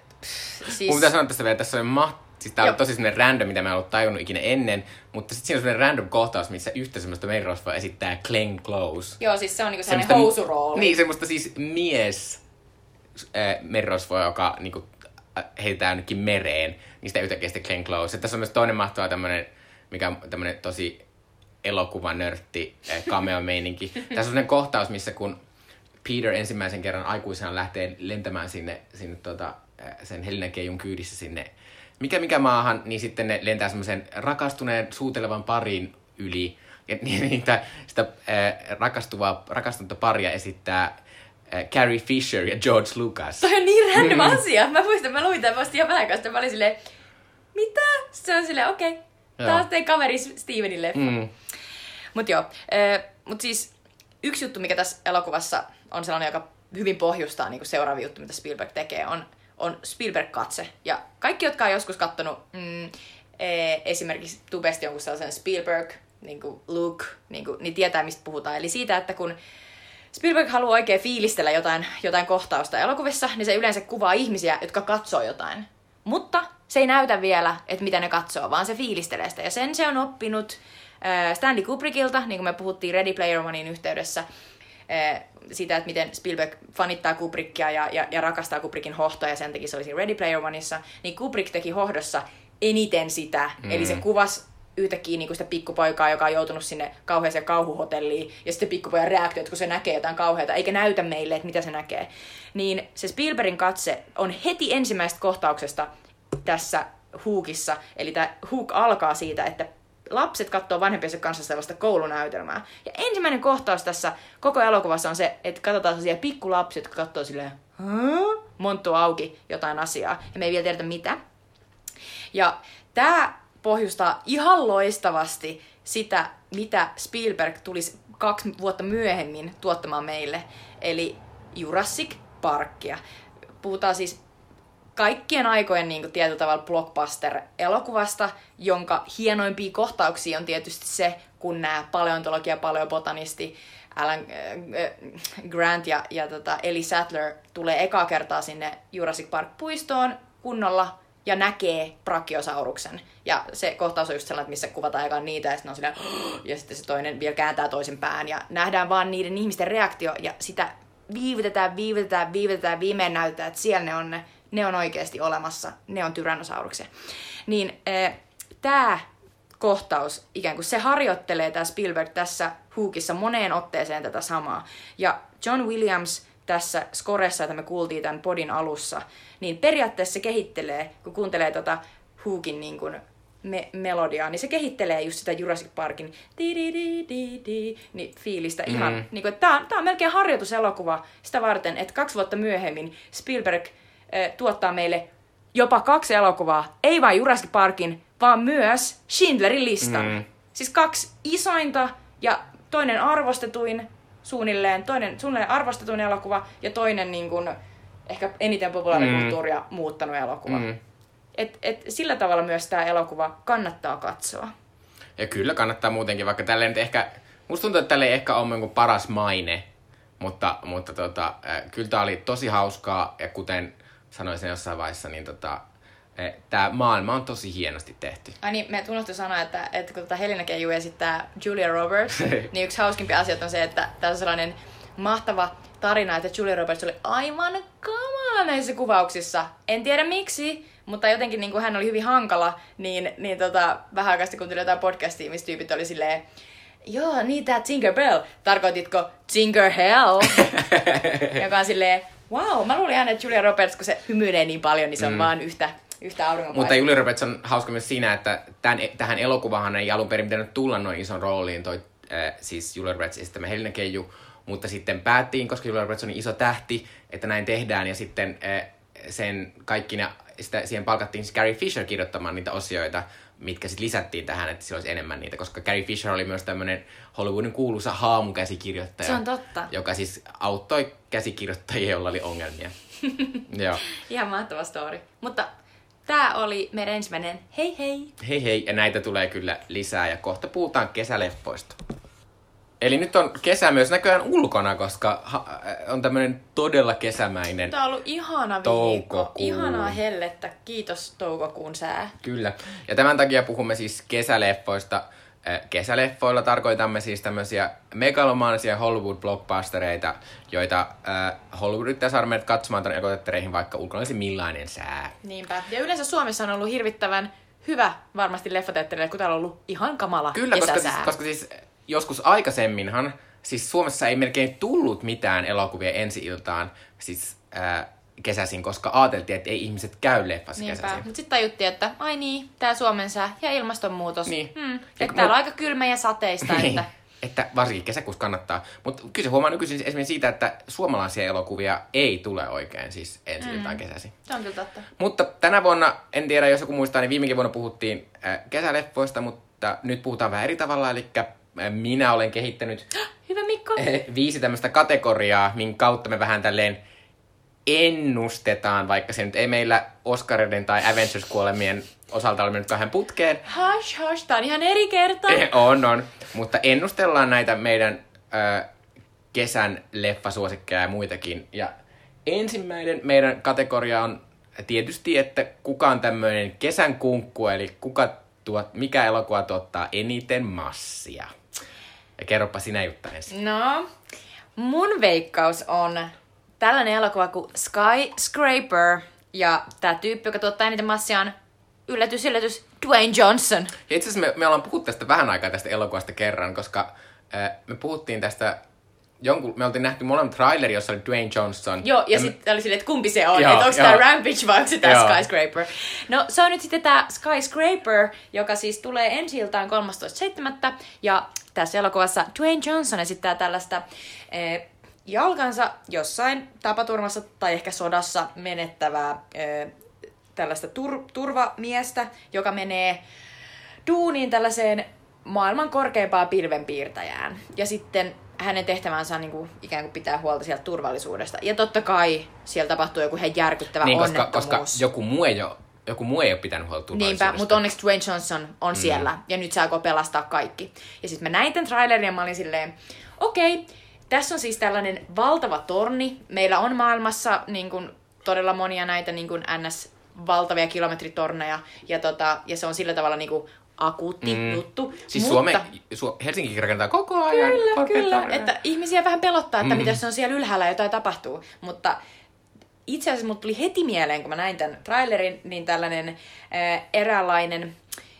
Mun pitää sanoa tästä vielä, tässä on siis tää on tosi semmonen random, mitä mä en ollut tajunnut ikinä ennen, mutta sit siinä on semmonen random kohtaus, missä yhtä semmoista merirosvoa esittää Glenn Close. Joo, siis se on niinku sellainen housurooli. Niin, semmoista siis merirosvoa, joka niinku heitetään jonnekin mereen, niin sitä yhtäkkiä sitten Glenn Close. Ja tässä on myös toinen mahtava tämmönen, mikä on tämmönen tosi elokuvanörtti cameo-meininki. Tässä on semmonen kohtaus, missä kun Peter ensimmäisen kerran aikuisena lähtee lentämään sinne sen Helinän keijun kyydissä sinne mikä maahan, niin sitten ne lentää semmoisen rakastuneen suutelevan parin yli. Ja sitä rakastunutta paria esittää Carrie Fisher ja George Lucas. Toi on niin random asia. Mä muistan, mä luin tämän vasta ihan vähän kanssa. Mä olin silleen, mitä? Se on silleen, okei. Taas tein kaveri Stevenin leffa. Mut joo. Mut siis yksi juttu, mikä tässä elokuvassa on sellainen, joka hyvin pohjustaa niin kuin seuraava juttu, mitä Spielberg tekee, on Spielberg-katse. Ja kaikki, jotka on joskus kattonut esimerkiksi tubesti jonkun sellaisen Spielberg, niin kuin Luke, niin tietää, mistä puhutaan. Eli siitä, että kun Spielberg haluaa oikein fiilistellä jotain kohtausta elokuvissa, niin se yleensä kuvaa ihmisiä, jotka katsoo jotain. Mutta se ei näytä vielä, että mitä ne katsoo, vaan se fiilistelee sitä. Ja sen se on oppinut Stanley Kubrickilta, niin kuin me puhuttiin Ready Player Onein yhteydessä, siitä, että miten Spielberg fanittaa Kubrickia ja rakastaa Kubrickin hohtoa, ja sen takia se olisi Ready Player Oneissa, niin Kubrick teki hohdossa eniten sitä. Eli se kuvasi yhtäkkiä niin kuin sitä pikkupoikaa, joka on joutunut sinne kauheeseen kauhuhotelliin, ja sitten pikkupojan reaktiot, kun se näkee jotain kauheata, eikä näytä meille, että mitä se näkee. Niin se Spielbergin katse on heti ensimmäisestä kohtauksesta tässä Hookissa, eli tämä Hook alkaa siitä, että lapset katsoo vanhempiensa kanssa sellaista koulunäytelmää. Ja ensimmäinen kohtaus tässä koko elokuvassa on se, että katsotaan sellaisia pikkulapsia, jotka katsoo silleen, monttu auki jotain asiaa, ja me ei vielä tiedetä mitä. Ja tämä pohjustaa ihan loistavasti sitä, mitä Spielberg tulisi 2 vuotta myöhemmin tuottamaan meille, eli Jurassic Parkia. Puhutaan siis kaikkien aikojen niin kuin tietyllä tavalla blockbuster-elokuvasta, jonka hienoimpia kohtauksia on tietysti se, kun nämä paleontologi ja paleobotanisti Alan Grant ja Ellie Sattler tulee ekaa kertaa sinne Jurassic Park-puistoon kunnolla ja näkee Brachiosauruksen. Ja se kohtaus on just sellainen, missä kuvataan ekaan niitä, ja sitten on silleen, ja sitten se toinen vielä kääntää toisen pään, ja nähdään vaan niiden ihmisten reaktio, ja sitä viivytetään, viimein näytetään, että siellä ne on oikeasti olemassa, ne on tyrannosauruksia. Niin tämä kohtaus, ikään kuin se harjoittelee tämä Spielberg tässä Hookissa moneen otteeseen tätä samaa. Ja John Williams tässä scoressa, jota me kuultiin tämän podin alussa, niin periaatteessa se kehittelee, kun kuuntelee Hookin niin kuin melodiaa, niin se kehittelee just sitä Jurassic Parkin niin fiilistä ihan. Niin kuin, tämä on melkein harjoituselokuva sitä varten, että 2 vuotta myöhemmin Spielberg tuottaa meille jopa 2 elokuvaa, ei vain Jurassic Parkin, vaan myös Schindlerin listan. Siis 2 isointa ja toinen arvostetuin suunnilleen arvostetuin elokuva ja toinen niin kuin, ehkä eniten populaarikulttuuria muuttanut elokuva. Et sillä tavalla myös tämä elokuva kannattaa katsoa. Ja kyllä kannattaa muutenkin, vaikka tälle nyt ehkä, musta tuntuu, että tälle ei ehkä ole paras maine, mutta kyllä tämä oli tosi hauskaa, ja kuten sanoin sen jossain vaiheessa, niin tämä maailma on tosi hienosti tehty. Ai niin, me unohtu sanoa, että kun Helena Keiju esittää Julia Roberts, niin yksi hauskimpia asioita on se, että tässä on sellainen mahtava tarina, että Julia Roberts oli aivan kamala näissä kuvauksissa. En tiedä miksi, mutta jotenkin niin kuin hän oli hyvin hankala, niin vähän aikaa sitten kuuntelin jotain podcastia, missä tyypit oli silleen, joo, niin tää Tinker Bell. Tarkoititko Tinker Hell? Joka on silleen, wow, mä luulin aina, että Julia Roberts, kun se hymyilee niin paljon, niin se on vaan yhtä auringonpaikka. Mutta Julia Roberts on hauska myös siinä, että tähän elokuvahan ei alun perin pitänyt tulla noin ison rooliin siis Julia Roberts ja sitten Helena Keiju, mutta sitten päättiin, koska Julia Roberts on niin iso tähti, että näin tehdään, ja sitten siihen palkattiin siis Carrie Fisher kirjoittamaan niitä osioita, mitkä sitten lisättiin tähän, että siellä olisi enemmän niitä, koska Carrie Fisher oli myös tämmöinen Hollywoodin kuuluisa haamukäsikirjoittaja. Se on totta. Joka siis auttoi käsikirjoittajia, joilla oli ongelmia. Joo. Ihan mahtava story. Mutta tää oli meidän ensimmäinen hei hei. Hei hei, ja näitä tulee kyllä lisää, ja kohta puhutaan kesäleffoista. Eli nyt on kesä myös näköjään ulkona, koska on tämmöinen todella kesämäinen Tämä on ollut ihana viikko, ihanaa hellettä. Kiitos toukokuun sää. Kyllä. Ja tämän takia puhumme siis kesäleffoista. Kesäleffoilla tarkoitamme siis tämmöisiä megalomaanisia Hollywood-blockbustereita, joita Hollywood yrittää saada meidät katsomaan tuonne ekoteattereihin, vaikka ulkona olisi millainen sää. Niinpä. Ja yleensä Suomessa on ollut hirvittävän hyvä varmasti leffateatterille, kun täällä on ollut ihan kamala kesäsää. Koska siis joskus aikaisemminhan, siis Suomessa ei melkein tullut mitään elokuvia ensi-iltaan siis kesäisin, koska ajateltiin, että ei ihmiset käy leffassa kesäisin. Mutta sitten tajuttiin, että ai niin, tää Suomen sää ja ilmastonmuutos. Niin. Että täällä on aika kylmä ja sateista. Niin. Että että varsinkin kesäkuussa kannattaa. Mutta kyllä se huomaa nykyisin esimerkiksi siitä, että suomalaisia elokuvia ei tule oikein siis ensi iltaan kesäsi. Se on kyllä totta. Mutta tänä vuonna, en tiedä jos joku muistaa, niin viimekin vuonna puhuttiin kesäleffoista, mutta nyt puhutaan vähän eri tavalla. Eli minä olen kehittänyt Hyvä Mikko. 5 tämmöistä kategoriaa, minkä kautta me vähän tälleen ennustetaan, vaikka se nyt ei meillä Oscareiden tai Avengers-kuolemien osalta ole mennyt kahden putkeen. Hush, tää on ihan eri kerta. On. Mutta ennustellaan näitä meidän kesän leffasuosikkeja ja muitakin. Ja ensimmäinen meidän kategoria on tietysti, että kuka on tämmöinen kesän kunkku, eli mikä elokuva tuottaa eniten massia. Ja kerropa sinä Jutta ensin. No, mun veikkaus on tällainen elokuva kuin Skyscraper. Ja tää tyyppi, joka tuottaa eniten massia on yllätys, Dwayne Johnson. Ja itse asiassa me ollaan puhuttu tästä vähän aikaa tästä elokuvasta kerran, koska me puhuttiin tästä me oltiin nähty molemmat traileri, jossa oli Dwayne Johnson. Joo, ja sitten oli silleen, että kumpi se on, että onko tää Rampage vai onko se tää Skyscraper. No se on nyt sitten tää Skyscraper, joka siis tulee ensi-iltaan 13.7. Ja tässä elokuvassa Dwayne Johnson esittää tällaista jalkansa jossain tapaturmassa tai ehkä sodassa menettävää tällaista turvamiestä, joka menee duuniin tällaiseen maailman korkeimpaan pilvenpiirtäjään. Ja sitten hänen tehtävänsä on niin kuin, ikään kuin pitää huolta sieltä turvallisuudesta. Ja totta kai siellä tapahtuu joku järkyttävä onnettomuus. Koska joku muu ei ole pitänyt huolta turvallisuudesta. Niinpä, mutta onneksi Dwayne Johnson on siellä. Ja nyt se aikoo pelastaa kaikki. Ja sitten mä näin tämän trailerin ja mä olin silleen, okei, tässä on siis tällainen valtava torni. Meillä on maailmassa niin kuin, todella monia näitä niin kuin NS-valtavia kilometritorneja. Ja se on sillä tavalla niin kuin akuutti juttu. Siis Helsinki rakentaa koko ajan. Kyllä. Että ihmisiä vähän pelottaa, että mitä se on siellä ylhäällä jotain tapahtuu. Mutta itse asiassa mut tuli heti mieleen, kun mä näin tämän trailerin, niin tällainen eräänlainen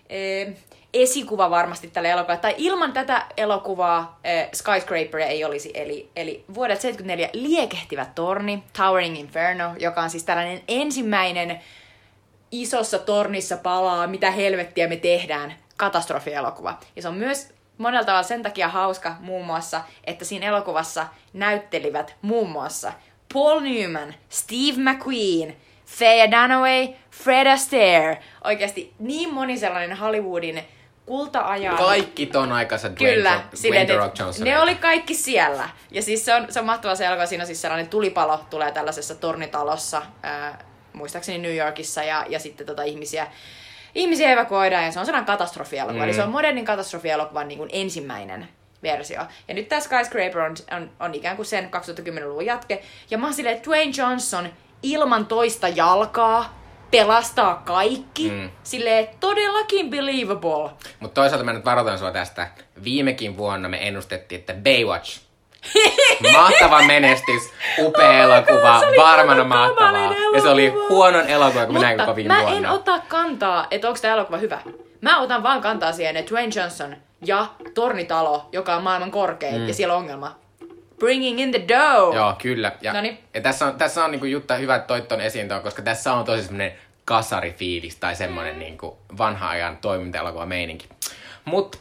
esikuva varmasti tälle elokuvalle. Tai ilman tätä elokuvaa Skyscraperia ei olisi. Eli vuodelta 1974 liekehtivä torni, Towering Inferno, joka on siis tällainen ensimmäinen isossa tornissa palaa, mitä helvettiä me tehdään, katastrofielokuva. Ja se on myös monella tavalla sen takia hauska muun muassa, että siinä elokuvassa näyttelivät muun muassa Paul Newman, Steve McQueen, Faye Dunaway, Fred Astaire. Oikeasti niin moni sellainen Hollywoodin kulta-ajan. Kaikki ton aikansa Dwayne The Rock Johnson. Ne oli kaikki siellä. Ja siis se on mahtavaa se elokuva. Siinä on siis sellainen tulipalo tulee tällaisessa tornitalossa, muistaakseni New Yorkissa, ja sitten ihmisiä evakuoidaan, ja se on sellainen katastrofielokuva. Eli se on modernin katastrofielokuvan niin kuin ensimmäinen versio. Ja nyt tämä Skyscraper on ikään kuin sen 2010-luvun jatke. Ja mä oon silleen, että Dwayne Johnson ilman toista jalkaa pelastaa kaikki. Silleen todellakin believable. Mutta toisaalta mä nyt varoitan sua tästä. Viimekin vuonna me ennustettiin, että Baywatch. Mahtava menestys, upea elokuva, varmana mahtavaa. Ja se oli huonon elokuva, kun mä näin koko viime vuonna. Mä en ota kantaa, että onko tämä elokuva hyvä. Mä otan vaan kantaa siihen, että Dwayne Johnson ja Tornitalo, joka on maailman korkein, ja siellä on ongelma. Bringing in the dough. Joo, kyllä. Ja tässä on niinku Jutta hyvä toi ton esiin, koska tässä on tosi semmonen kasarifiilis tai semmonen niinku vanha ajan toiminta-elokuva meininki. Mut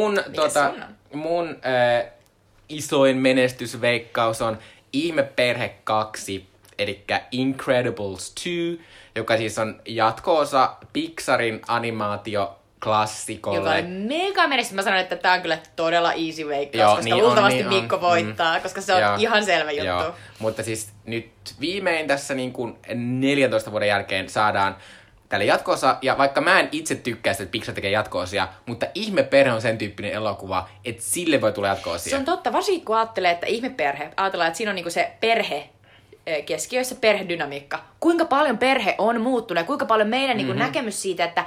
mun isoin menestysveikkaus on Ihmeperhe 2, eli Incredibles 2, joka siis on jatko-osa Pixarin animaatioklassikolle. Joka on mega menestys. Mä sanon, että tää on kyllä todella easy veikkaus, koska niin luultavasti Mikko voittaa, koska se on ihan selvä juttu. Joo. Mutta siis nyt viimein tässä niin kuin 14 vuoden jälkeen saadaan tälle jatko-osa, ja vaikka mä en itse tykkää sitä, että Pixar tekee jatko-osia, mutta Ihmeperhe on sen tyyppinen elokuva, että sille voi tulla jatko-osia. Se on totta, varsinkin kun ajattelee, että Ihmeperhe, ajatellaan, että siinä on niinku se perhe keskiössä, perhedynamiikka. Kuinka paljon perhe on muuttunut ja kuinka paljon meidän niinku näkemys siitä, että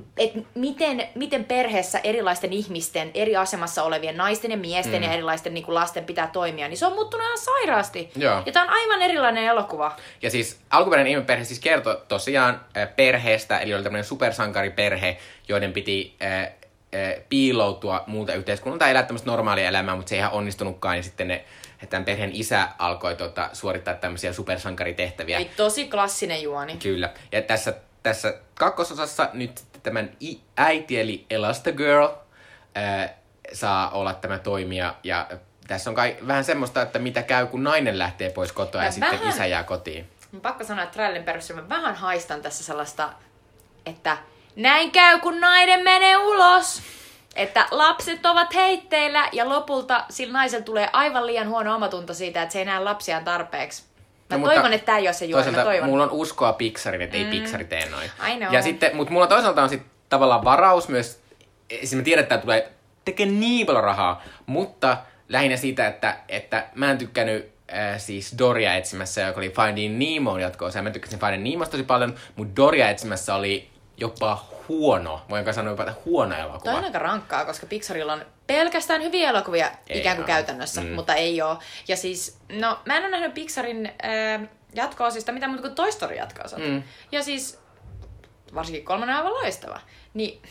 miten perheessä erilaisten ihmisten, eri asemassa olevien naisten ja miesten ja erilaisten niinku lasten pitää toimia, niin se on muuttunut ihan sairaasti. Joo. Ja tää on aivan erilainen elokuva. Ja siis alkuperäinen Ihmeperhe siis kertoi tosiaan perheestä, eli oli tämmöinen supersankariperhe, joiden piti piiloutua muulta yhteiskunnalta, elää tämmöistä normaalia elämää, mutta se ei ihan onnistunutkaan, ja sitten tämän perheen isä alkoi suorittaa tämmöisiä supersankaritehtäviä. Eli tosi klassinen juoni. Kyllä. Ja tässä kakkososassa nyt tämän äiti, eli Elastigirl, saa olla tämä toimija. Ja tässä on vähän semmoista, että mitä käy, kun nainen lähtee pois kotoa ja sitten isä jää kotiin. Pakko sanoa, että trailerin perusteella mä vähän haistan tässä sellaista, että näin käy, kun nainen menee ulos. Että lapset ovat heitteillä ja lopulta sillä naisella tulee aivan liian huono omatunto siitä, että se ei näe lapsiaan tarpeeksi. Mä toivon, että tää ei ole se juoni. Mulla on uskoa Pixarin, että ei Pixari tee noin. I know. Ja sitten, mutta mulla toisaalta on sitten tavallaan varaus myös, siis mä tiedän, että tää tulee tekee niin paljon rahaa, mutta lähinnä siitä, että mä en tykkännyt siis Doria etsimässä, joka oli Finding Nemoon jatko-osa. Mä tykkäsin Finding Nemosta tosi paljon, mutta Doria etsimässä oli jopa huono. Voinko sanoa jopa, että huono elokuva. Toi on aika rankkaa, koska Pixarilla on pelkästään hyviä elokuvia ikään kuin käytännössä, mutta ei oo. Ja siis, no mä en ole nähnyt Pixarin jatko-osista mitään muuta kuin Toy Story jatko-osat. Ja siis, varsinkin 3 on aivan loistava. Niin.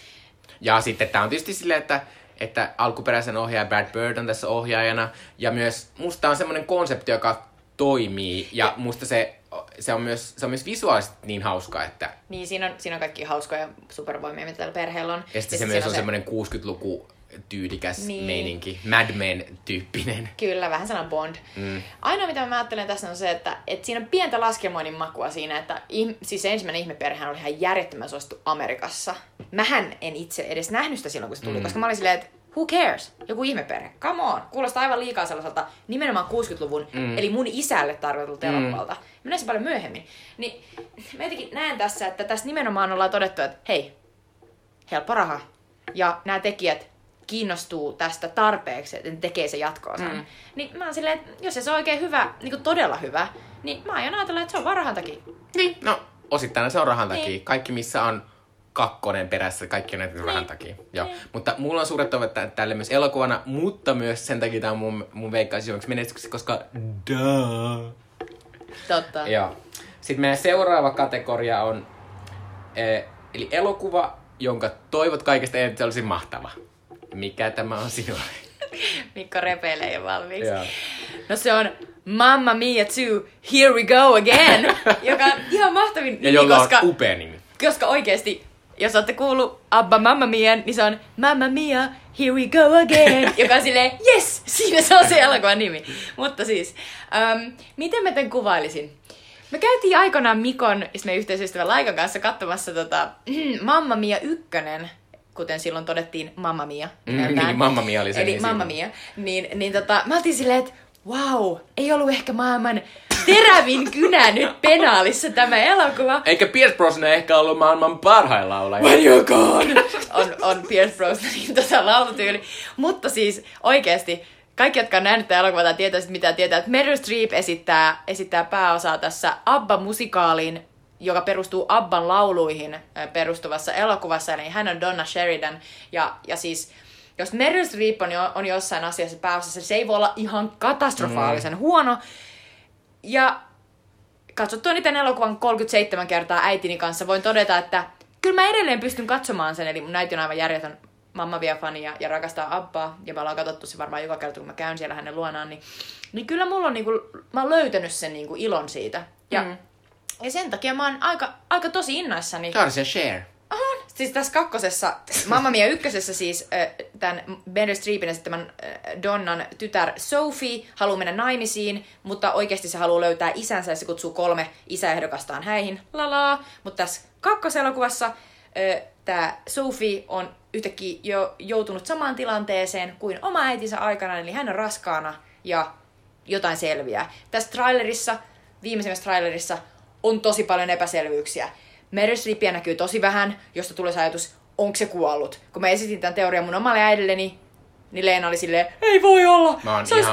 Ja sitten tää on tietysti silleen, että alkuperäisen ohjaaja Brad Bird on tässä ohjaajana. Ja myös musta on semmoinen konsepti, joka toimii. Ja musta se on myös visuaalisesti niin hauska, että... Niin, siinä on kaikki hauskoja supervoimia, mitä tällä perheellä on. Ja sitten se myös on semmoinen 60-luku tyylikäs meininki. Mad Men-tyyppinen. Kyllä, vähän sana Bond. Ainoa, mitä mä ajattelen tässä on se, että siinä on pientä laskelmoinnin makua siinä, että siis se ensimmäinen ihmeperhehän oli ihan järjettömän suosittu Amerikassa. Mähän en itse edes nähnyt sitä silloin, kun se tuli, koska mä olin silleen, että who cares? Joku ihmeperhe. Come on. Kuulostaa aivan liikaa sellaiselta nimenomaan 60-luvun, eli mun isälle tarkoitulta elokuvalta. Mä näin se paljon myöhemmin. Niin mä jotenkin näen tässä, että tässä nimenomaan ollaan todettu, että hei, helppo raha. Ja nämä tekijät kiinnostuu tästä tarpeeksi, että ne tekee se jatko-osan. Niin mä oon silleen, että jos se on oikein hyvä, niin kuin todella hyvä, niin mä aion ajatella, että se on vaan rahan takia. Niin, no osittain se on rahan takia. Niin. Kaikki missä on kakkonen perässä, kaikki on näitä rahan takia. Joo. Mutta mulla on suuret toivot tälle myös elokuvana, mutta myös sen takia tää on mun veikkaus menestyksessä, koska Totta. Joo. Sitten meidän seuraava kategoria on eli elokuva, jonka toivot kaikesta eniten, että se olisi mahtava. Mikä tämä on sinulle? Mikko repeilee jo valmiiksi. Joo. No se on Mamma Mia 2, Here We Go Again, joka on ihan mahtavin nimi, ja jolla on upea nimi. Koska oikeesti, jos olette kuullut Abba Mamma Mian, niin se on Mamma Mia, Here We Go Again, joka on silleen, yes, siinä se on se elokuvan nimi. Mutta siis, miten mä tämän kuvailisin? Me käytiin aikanaan Mikon, meidän yhteisystävän Laikan kanssa katsomassa Mamma Mia 1, kuten silloin todettiin Mamma Mia. Niin, Mamma Mia oli se. Eli Mamma Mia. Niin mä oltiin silleen, että wow, ei ollut ehkä maailman terävin kynä nyt penaalissa tämä elokuva. Eikä Pierce Brosnan ehkä ollut maailman parhain laulaja. When you're gone! on Pierce Brosnanin laulutyyli. Mutta siis oikeesti, kaikki, jotka on nähnyt tämän elokuvan tai tietää, että Meryl Streep esittää pääosaa tässä ABBA-musikaaliin, joka perustuu ABBAn lauluihin perustuvassa elokuvassa. Eli hän on Donna Sheridan. Ja siis, jos Meryl Streep on jossain asiassa pääosassa, se ei voi olla ihan katastrofaalisen huono. Ja katsottuani tämän elokuvan 37 kertaa äitini kanssa voin todeta, että kyllä mä edelleen pystyn katsomaan sen. Eli mun äiti on aivan järjetön Mamma Mia-fani ja rakastaa ABBaa. Ja me ollaan katsottu se varmaan joka kerta, kun mä käyn siellä hänen luonaan. Niin kyllä mulla on mä oon löytänyt sen ilon siitä. Ja sen takia mä oon aika tosi innoissani. Tarsia share. Aha, siis tässä kakkosessa, Mamma Mia ykkösessä siis tämän Meryl Streepin esittämän Donnan tytär Sophie haluaa mennä naimisiin, mutta oikeasti se haluaa löytää isänsä ja se kutsuu 3 isäehdokastaan häihin. Lalaa. Mutta tässä kakkoselokuvassa tämä Sophie on yhtäkkiä jo joutunut samaan tilanteeseen kuin oma äitinsä aikana, eli hän on raskaana ja jotain selviää. Tässä viimeisimmässä trailerissa on tosi paljon epäselvyyksiä. Meryl Streepia näkyy tosi vähän, josta tulee se ajatus, onko se kuollut. Kun mä esitin tämän teorian mun omalle äidilleni, niin Leena oli silleen, ei voi olla, se olisi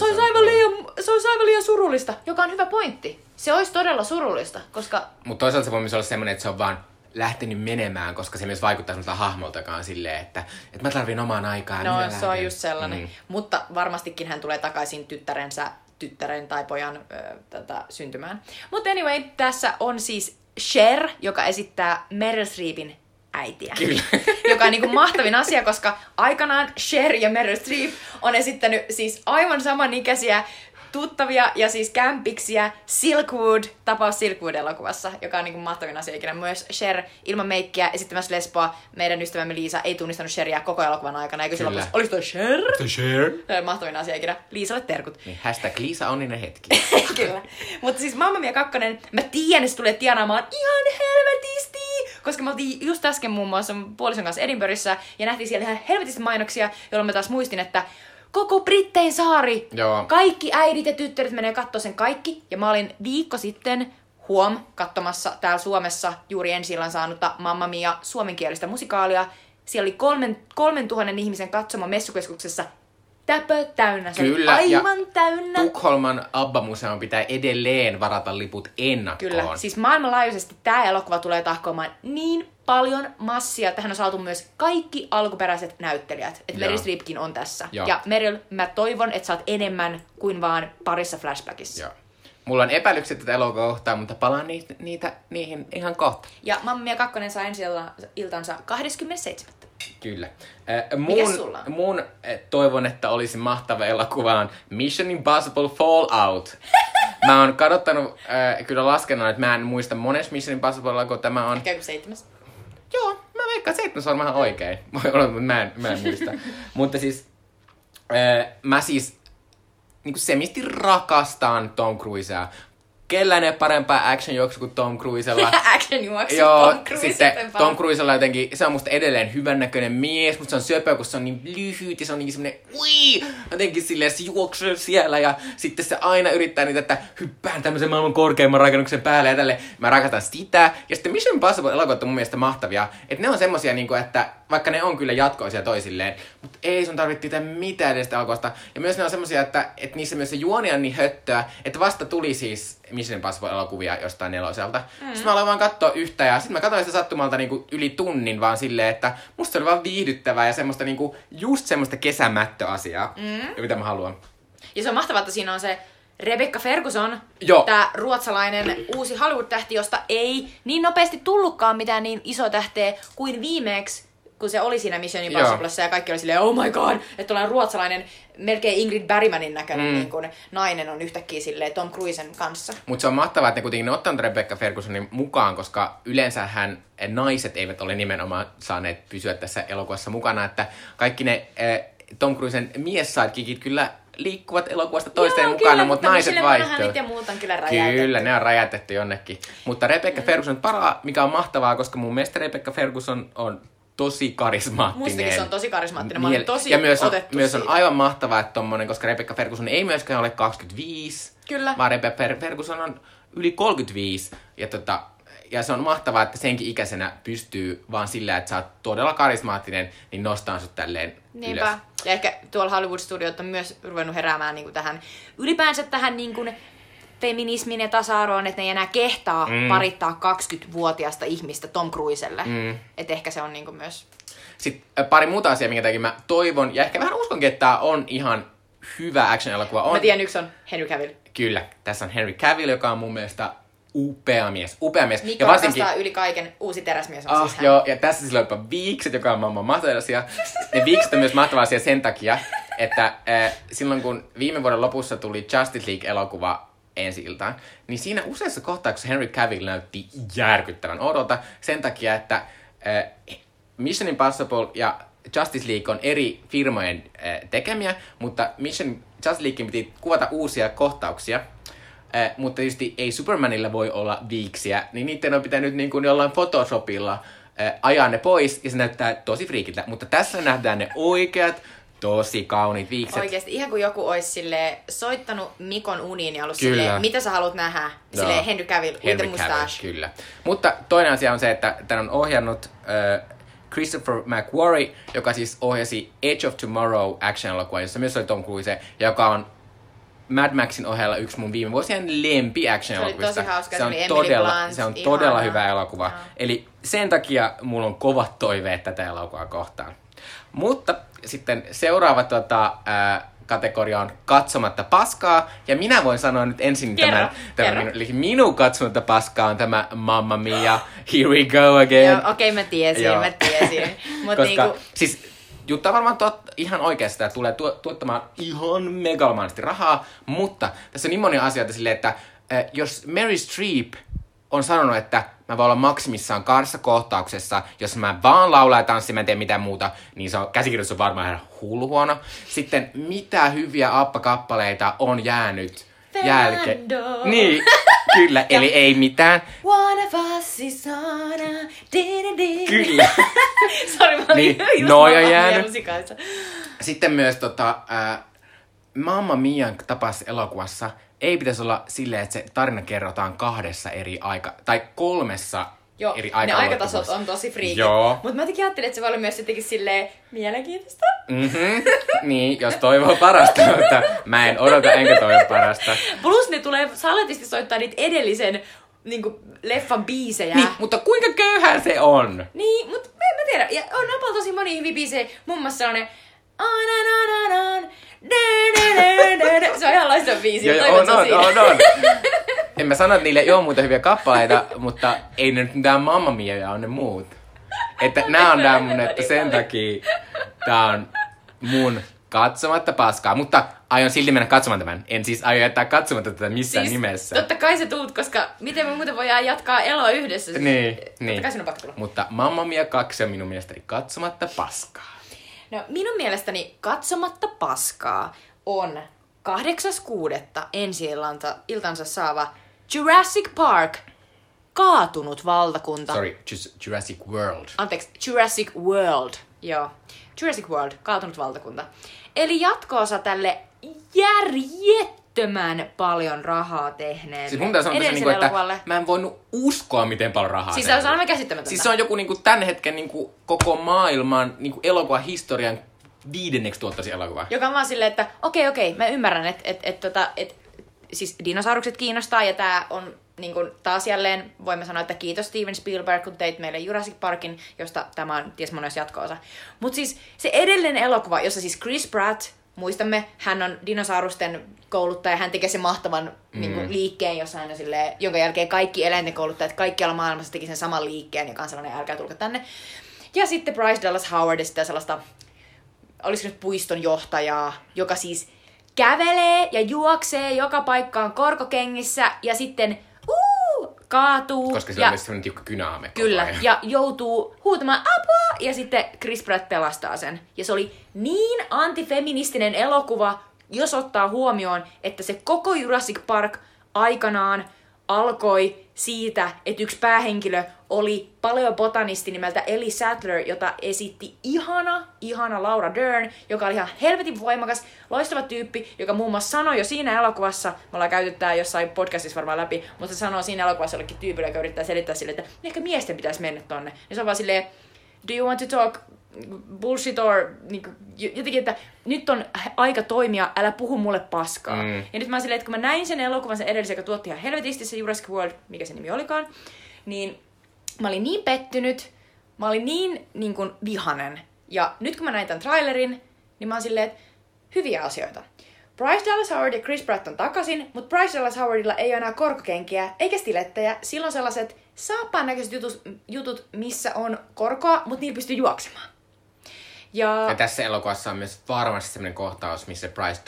aivan liian surullista, joka on hyvä pointti. Se olisi todella surullista, koska... Mutta toisaalta se voi myös olla semmoinen, että se on vaan lähtenyt menemään, koska se myös vaikuttaa semmoista hahmoltakaan silleen, että mä tarvin omaan aikaa. No, se on just sellainen. Mutta varmastikin hän tulee takaisin tyttären tai pojan syntymään. Mutta anyway, tässä on siis Cher, joka esittää Meryl Streepin äitiä. Kyllä. Joka on mahtavin asia, koska aikanaan Cher ja Meryl Streep on esittänyt siis aivan samanikäisiä tuttavia ja siis kämpiksiä Silkwood, tapaus Silkwood-elokuvassa, joka on niin kuin mahtavin asia ikinä. Myös Cher ilman meikkiä esittämässä lesboa. Meidän ystävämme Liisa ei tunnistanut Sheria koko elokuvan aikana. Eikö silloin olisi toi Cher? Cher. Mahtavin asia ikinä. Liisalle terkut. Niin, hashtag Liisa onninen hetki. Kyllä. Mutta siis Mamma Mia 2, mä tiedän, että se tulee tienaamaan ihan helvetisti. Koska me oltiin just äsken muun muassa puolison kanssa Edinburghissa ja nähtiin siellä ihan helvetisti mainoksia, jolloin mä taas muistin, että koko Brittein saari, Joo. kaikki äidit ja tyttäret menee kattoo sen kaikki. Ja mä olin viikko sitten katsomassa täällä Suomessa juuri ensi-illan saanutta Mamma Mia suomenkielistä musikaalia. Siellä oli 3000 ihmisen katsoma messukeskuksessa. Täpö täynnä, se Kyllä, oli aivan täynnä. Tukholman ABBA-museon pitää edelleen varata liput ennakkoon. Kyllä, siis maailmanlaajuisesti tämä elokuva tulee tahkoamaan niin paljon massia. Tähän on saatu myös kaikki alkuperäiset näyttelijät. Että Meryl Streepkin on tässä. Joo. Ja Meryl, mä toivon, että sä oot enemmän kuin vaan parissa flashbackissa. Joo. Mulla on epäilykset tätä elokuvaa kohtaan, mutta palaan niihin ihan kohta. Ja Mamma Mia 2 saa ensi iltansa 27. Kyllä. Mikäs sulla on? Mun toivon, että olisi mahtava elokuva on Mission Impossible Fallout. Mä oon kadottanut kyllä laskennan, että mä en muista monessa Mission Impossible elokuva tämä on. Ehkä joku 7. Joo, mä veikkaan 7 on varmaan oikein. Voi olla, mutta mä en muista. Mutta siis mä siis niinku semisti rakastan Tom Cruisea. Kellään ei parempaa action-juoksua kuin Tom Cruisella. Action-juoksu Joo, Tom Cruise. sitten Tom Cruisella jotenkin, se on musta edelleen hyvännäköinen mies, mutta se on söpö, kun se on niin lyhyt ja se on niin semmonen jotenkin silleen se juoksee siellä ja sitten se aina yrittää niitä, että hyppään tämmöisen maailman korkeimman rakennuksen päälle ja tälle. Mä rakastan sitä. Ja sitten Mission Impossible elokuvat on mun mielestä mahtavia, että ne on semmosia niinku, että vaikka ne on kyllä jatkoisia toisilleen, mutta ei sun tarvitse tietää mitään edes elokuvasta. Ja myös ne on semmosia, että niissä myös se juoni on niin höttöä, että vasta tuli siis Mission Impossible-elokuvia jostain neloselta. Sitten mä aloin vaan katsoa yhtä ja sitten mä katsoin sitä sattumalta niinku yli tunnin vaan silleen, että musta se oli vaan viihdyttävää ja semmoista niinku just semmoista kesämättöasiaa, mitä mä haluan. Ja se on mahtavaa, että siinä on se Rebecca Ferguson, tää ruotsalainen uusi Hollywood-tähti, josta ei niin nopeasti tullutkaan mitään niin iso tähteä kuin viimeksi, kun se oli siinä Mission Impossiblessa ja kaikki oli silleen, oh my god, että tuollainen ruotsalainen, melkein Ingrid Bergmanin näköinen niin kun nainen on yhtäkkiä silleen Tom Cruisen kanssa. Mutta se on mahtavaa, että ne kuitenkin ottanut Rebecca Fergusonin mukaan, koska yleensähän naiset eivät ole nimenomaan saaneet pysyä tässä elokuvassa mukana, että kaikki ne Tom Cruisen mies-sidekickit kyllä liikkuvat elokuvasta toisteen mukana, mutta naiset vaihtuu. Ja muut on kyllä räjäytetty. Kyllä, ne on räjäytetty jonnekin. Mutta Rebecca Ferguson mikä on mahtavaa, koska mun mielestä Rebecca Ferguson on tosi karismaattinen. Mustakin se on tosi karismaattinen. Mä olen tosi ja myös otettu myös on aivan mahtavaa, että tommonen, koska Rebecca Ferguson ei myöskään ole 25. Kyllä. Vaan Rebecca Ferguson on yli 35. Ja se on mahtavaa, että senkin ikäisenä pystyy vaan sillä, että sä oot todella karismaattinen, niin nostaa sut tälleen ylös. Ja ehkä tuolla Hollywood-studiot on myös ruvennut heräämään niin kuin tähän, ylipäänsä tähän niin kuin feminismin ja tasa-arvoon, että ne ei enää kehtaa parittaa 20-vuotiaasta ihmistä Tom Cruiselle. Että ehkä se on niin kuin myös... Sitten pari muuta asiaa, minkä takia mä toivon, ja ehkä vähän uskonkin, että tää on ihan hyvä action-elokuva. Mä tiedän, yksi on Henry Cavill. Kyllä, tässä on Henry Cavill, joka on mun mielestä upea mies. Mikä ja varsinkin... rakastaa yli kaiken, uusi teräsmies on siis hän. Joo, ja tässä sillä on jopa viikset, joka on maailman mahtava asia. Ne viikset on myös mahtava asia sen takia, että silloin kun viime vuoden lopussa tuli Justice League-elokuva ensi-iltaan, niin siinä useassa kohtauksessa Henry Cavill näytti järkyttävän oudolta sen takia, että Mission Impossible ja Justice League on eri firmojen tekemiä, mutta Justice Leaguein piti kuvata uusia kohtauksia, mutta tietysti ei Supermanilla voi olla viiksiä, niin niiden on pitänyt niin kuin jollain Photoshopilla ajaa ne pois, ja se näyttää tosi friikiltä. Mutta tässä nähdään ne oikeat, tosi kauniit viikset. Oikeesti, ihan kuin joku olisi silleen soittanut Mikon uniin ja ollut silleen, mitä sä haluat nähdä? Silleen Henry Cavill, with the mustache. Kyllä. Mutta toinen asia on se, että tämän on ohjannut Christopher McQuarrie, joka siis ohjasi Edge of Tomorrow action-elokuva, jossa myös oli Tom Cruise, joka on Mad Maxin ohella yksi mun viime vuosien lempi action-elokuvista. Se oli tosi hauska, se on todella hyvä elokuva. No. Eli sen takia mulla on kovat toiveet tätä elokuvaa kohtaan. Mutta sitten seuraava kategoria on katsomatta paskaa. Ja minä voin sanoa nyt ensin eli minun katsomatta paskaa on tämä Mamma Mia, Here We Go Again. Joo, okei, mä tiesin. Koska, siis Jutta varmaan ihan oikeasti tämä tulee tuottamaan ihan megalomaanisesti rahaa, mutta tässä on niin monia asioita silleen, että jos Mary Streep on sanonut, että mä voin olla maksimissaan 2 kohtauksessa, jos mä vaan laulan ja tanssin, mä en tee mitään muuta, niin se on, käsikirjoitus on varmaan ihan hulluhuono. Sitten mitä hyviä appakappaleita on jäänyt jälkeen. Niin, kyllä, eli ei mitään. One of us is on a Kyllä. Sori, mä olin niin, noi on jäänyt. musikaissa. Sitten myös Mamma Mian tapaisessa elokuvassa ei pitäisi olla silleen, että se tarina kerrotaan 2 eri tai 3 eri ne aikatasot on tosi friikit. Mutta mä jotenkin ajattelin, että se voi olla myös jotenkin silleen mielenkiintoista. Niin, jos toivoo parasta, mutta mä en odota enkä toivo parasta. Plus ne tulee saletisti soittaa niitä edellisen niinku, leffan biisejä. Niin, mutta kuinka köyhää se on? Niin, mutta mä tiedän. Ja on paljon tosi monia hyviä biisejä. Muun muassa sellainen on. Se on ihan loistava biisi. On. En mä sano, että niille ei ole muuta hyviä kappaleita, mutta ei ne nyt mitään Mamma Mia on ne muut. Että nää on tää mun, että sen takia tää on mun katsomatta paskaa. Mutta aion silti mennä katsomaan tämän. En siis aio jättää katsomatta tätä missään nimessä. Totta kai se tuut, koska miten me muuten voidaan jatkaa eloa yhdessä. Siis. Niin. Totta kai sinun pakko tulla. Mutta Mamma Mia 2 on minun mielestäni katsomatta paskaa. No minun mielestäni katsomatta paskaa on 8.6. ensi-iltansa saava Jurassic Park kaatunut valtakunta. Sorry, Jurassic World. Anteeksi, Jurassic World. Joo. Jurassic World, kaatunut valtakunta. Eli jatko-osa tälle järjettömän paljon rahaa tehneelle. Siis mun pitää sanoa niinku, että mä en voinut uskoa, miten paljon rahaa siis se on aivan käsittämätöntä. Siis se on joku niinku tämän hetken niinku koko maailman niinku elokuvahistorian 5. tuottaisin elokuva. Joka on vaan silleen, että okei, mä ymmärrän, että siis dinosaurukset kiinnostaa ja tää on niin kuin taas jälleen voimme sanoa, että kiitos Steven Spielberg, kun teit meille Jurassic Parkin, josta tämä on ties mones jatko-osa. Mutta siis se edellinen elokuva, jossa siis Chris Pratt, muistamme, hän on dinosaurusten kouluttaja, hän tekee sen mahtavan niin kuin, liikkeen, jossa hän on silleen, jonka jälkeen kaikki eläinten kouluttajat kaikkialla maailmassa teki sen saman liikkeen, joka on sellainen, älkää tulko tänne. Ja sitten Bryce Dallas Howard, sitä sellaista, olisiko nyt puiston johtajaa, joka siis kävelee ja juoksee joka paikkaan korkokengissä ja sitten kaatuu. Koska sillä on myös sellainen tiukka kynäame. Kyllä, ja joutuu huutamaan apua, ja sitten Chris Pratt pelastaa sen. Ja se oli niin antifeministinen elokuva, jos ottaa huomioon, että se koko Jurassic Park aikanaan alkoi siitä, että yksi päähenkilö oli paleobotanisti nimeltä Ellie Sattler, jota esitti ihana Laura Dern, joka oli ihan helvetin voimakas, loistava tyyppi, joka muun muassa sanoi jo siinä elokuvassa, me ollaan käyty tää jossain podcastissa varmaan läpi, mutta se sanoo siinä elokuvassa jollekin tyypille, joka yrittää selittää sille, että ehkä miesten pitäisi mennä tonne. Ja se on vaan silleen, do you want to talk bullshit or niin jotenkin, että nyt on aika toimia, älä puhu mulle paskaa. Ja nyt mä silleen, että kun mä näin sen elokuvan, sen edellisen, joka tuotti ihan helvetisti se Jurassic World, mikä se nimi olikaan, niin mä olin niin pettynyt, mä olin niin kuin vihanen. Ja nyt kun mä näin tämän trailerin, niin mä oon silleen, että hyviä asioita. Bryce Dallas Howard ja Chris Pratt on takaisin, mutta Bryce Dallas Howardilla ei ole enää korkokenkiä eikä stilettejä. Silloin sellaiset saappaan näköiset jutut, missä on korkoa, mutta niillä pystyy juoksemaan. Ja tässä elokuvassa on myös varmasti sellainen kohtaus, missä Bryce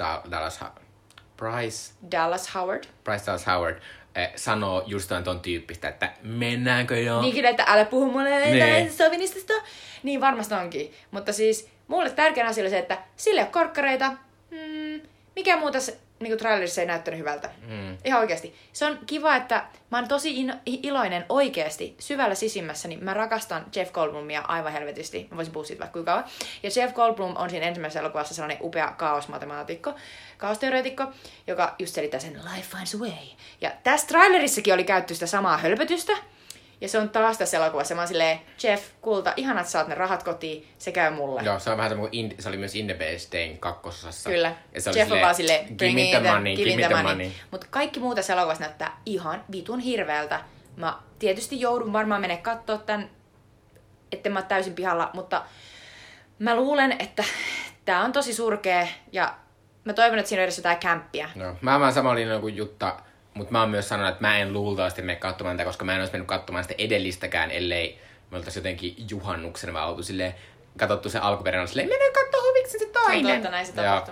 Dallas Howard sanoo just ton tyyppistä, että mennäänkö jo? Niin kyllä, että älä puhu mulle sovinistista. Niin varmasti onkin. Mutta siis mulle tärkein asia oli se, että sillä ei ole korkkareita. Mikä muu tässä niin trailerissa ei näyttänyt hyvältä. Ihan oikeasti. Se on kiva, että mä oon tosi iloinen oikeasti syvällä sisimmässäni. Mä rakastan Jeff Goldblumia aivan helvetisti. Mä voisin puhua siitä vaikka kuinka kauan. Ja Jeff Goldblum on siinä ensimmäisessä elokuvassa sellainen upea kaosteoreetikko, joka just selittää sen Life Finds a Way. Ja tässä trailerissakin oli käytetty sitä samaa hölpötystä. Ja se on taas tässä elokuvassa. Mä oon silleen, Jeff, kulta, ihanat saat ne rahat kotiin, se käy mulle. Joo, se on vähän semmoinen kuin se oli myös Independence Dayn kakkososassa. Kyllä. Ja se Jeff on vaan silleen, give me the money. Mutta kaikki muu tässä elokuvassa näyttää ihan vitun hirveältä. Mä tietysti joudun varmaan mennä kattoo tän, etten mä oon täysin pihalla, mutta mä luulen, että tää on tosi surkea ja mä toivon, että siinä on edes jotain kämppiä. No, mä oon samalla linjalla kuin Jutta. Mutta mä oon myös sanonut, että mä en luultavasti mene katsomaan tätä, koska mä en olisi mennyt katsomaan sitä edellistäkään, ellei me oltaisiin jotenkin juhannuksena vaan oltu silleen, katsottu sen alkuperäinen, silleen, mennään katsoa Hobbiksen se toinen. Se on totta, näin se tapahtui.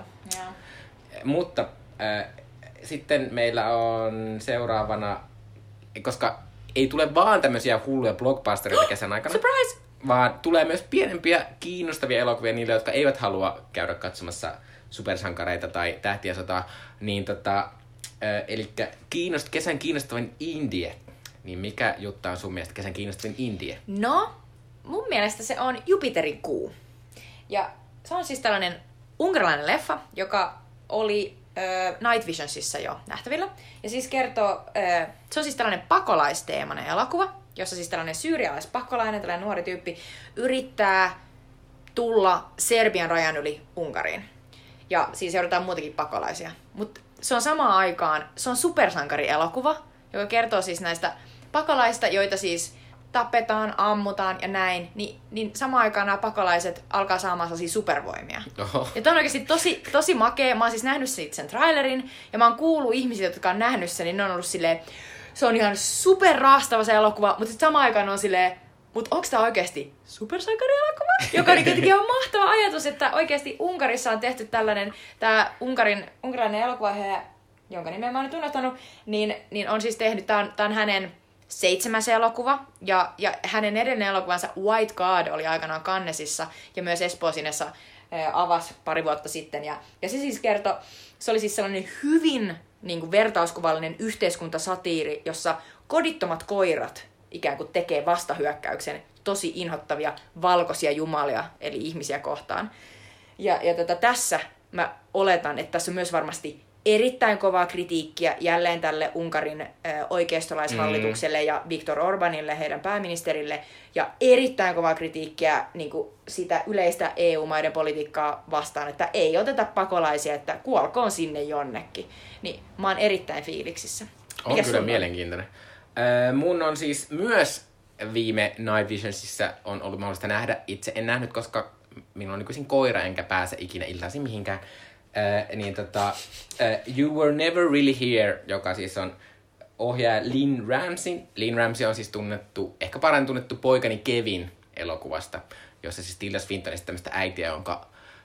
Mutta sitten meillä on seuraavana, koska ei tule vaan tämmöisiä hulluja blockbustereita kesän aikana. Surprise! Vaan tulee myös pienempiä, kiinnostavia elokuvia niille, jotka eivät halua käydä katsomassa supersankareita tai tähtiä sotaa. Niin elikkä kesän kiinnostavin indie. Niin mikä Jutta on sun mielestä kesän kiinnostavin indie? No, mun mielestä se on Jupiterin kuu. Ja se on siis tällainen unkarilainen leffa, joka oli Night Visionsissa jo nähtävillä. Ja siis kertoo, se on siis tällainen pakolaisteemainen elokuva, jossa siis tällainen syyrialaispakolainen, tällainen nuori tyyppi, yrittää tulla Serbian rajan yli Unkariin. Ja siis seurataan muutakin pakolaisia. Mutta se on samaan aikaan, se on supersankarielokuva, joka kertoo siis näistä pakolaista, joita siis tapetaan, ammutaan ja näin, niin samaan aikaan nämä pakolaiset alkaa saamaan sellaisia supervoimia. Oho. Ja tämä on oikeasti tosi makea. Mä oon siis nähnyt sen trailerin, ja mä oon kuullut ihmisiä, jotka on nähnyt sen, niin ne on ollut silleen, se on ihan superraastava se elokuva, mutta sitten samaan aikaan on silleen, mutta onko tämä oikeasti supersankarielokuva? Joka on jotenkin ihan mahtava ajatus, että oikeasti Unkarissa on tehty tällainen, tämä unkarilainen elokuva, jonka nimeä mä oon nyt unohtanut, niin on siis tehnyt, tämä on hänen 7. elokuva, ja hänen edellinen elokuvansa White God oli aikanaan Cannesissa, ja myös Esposinessa avasi pari vuotta sitten, ja se siis kertoi, se oli siis sellainen hyvin niin kuin vertauskuvallinen yhteiskuntasatiiri, jossa kodittomat koirat ikään kuin tekee vastahyökkäyksen tosi inhottavia valkoisia jumalia, eli ihmisiä kohtaan. Ja tässä mä oletan, että tässä on myös varmasti erittäin kovaa kritiikkiä jälleen tälle Unkarin oikeistolaishallitukselle ja Viktor Orbanille, heidän pääministerille, ja erittäin kovaa kritiikkiä niin kuin sitä yleistä EU-maiden politiikkaa vastaan, että ei oteta pakolaisia, että kuolkoon sinne jonnekin. Niin mä oon erittäin fiiliksissä. On kyllä mielenkiintoinen. Mun on siis myös viime Night Visionsissa on ollut mahdollista nähdä. Itse en nähnyt, koska minulla on nykyisin koira, enkä pääse ikinä iltaisin mihinkään. You Were Never Really Here, joka siis on ohjaaja Lynn Ramsey. Lynn Ramsey on siis ehkä paremmin tunnettu Poikani Kevin -elokuvasta, jossa siis Tilda Swinton tämmöistä äitiä, jonka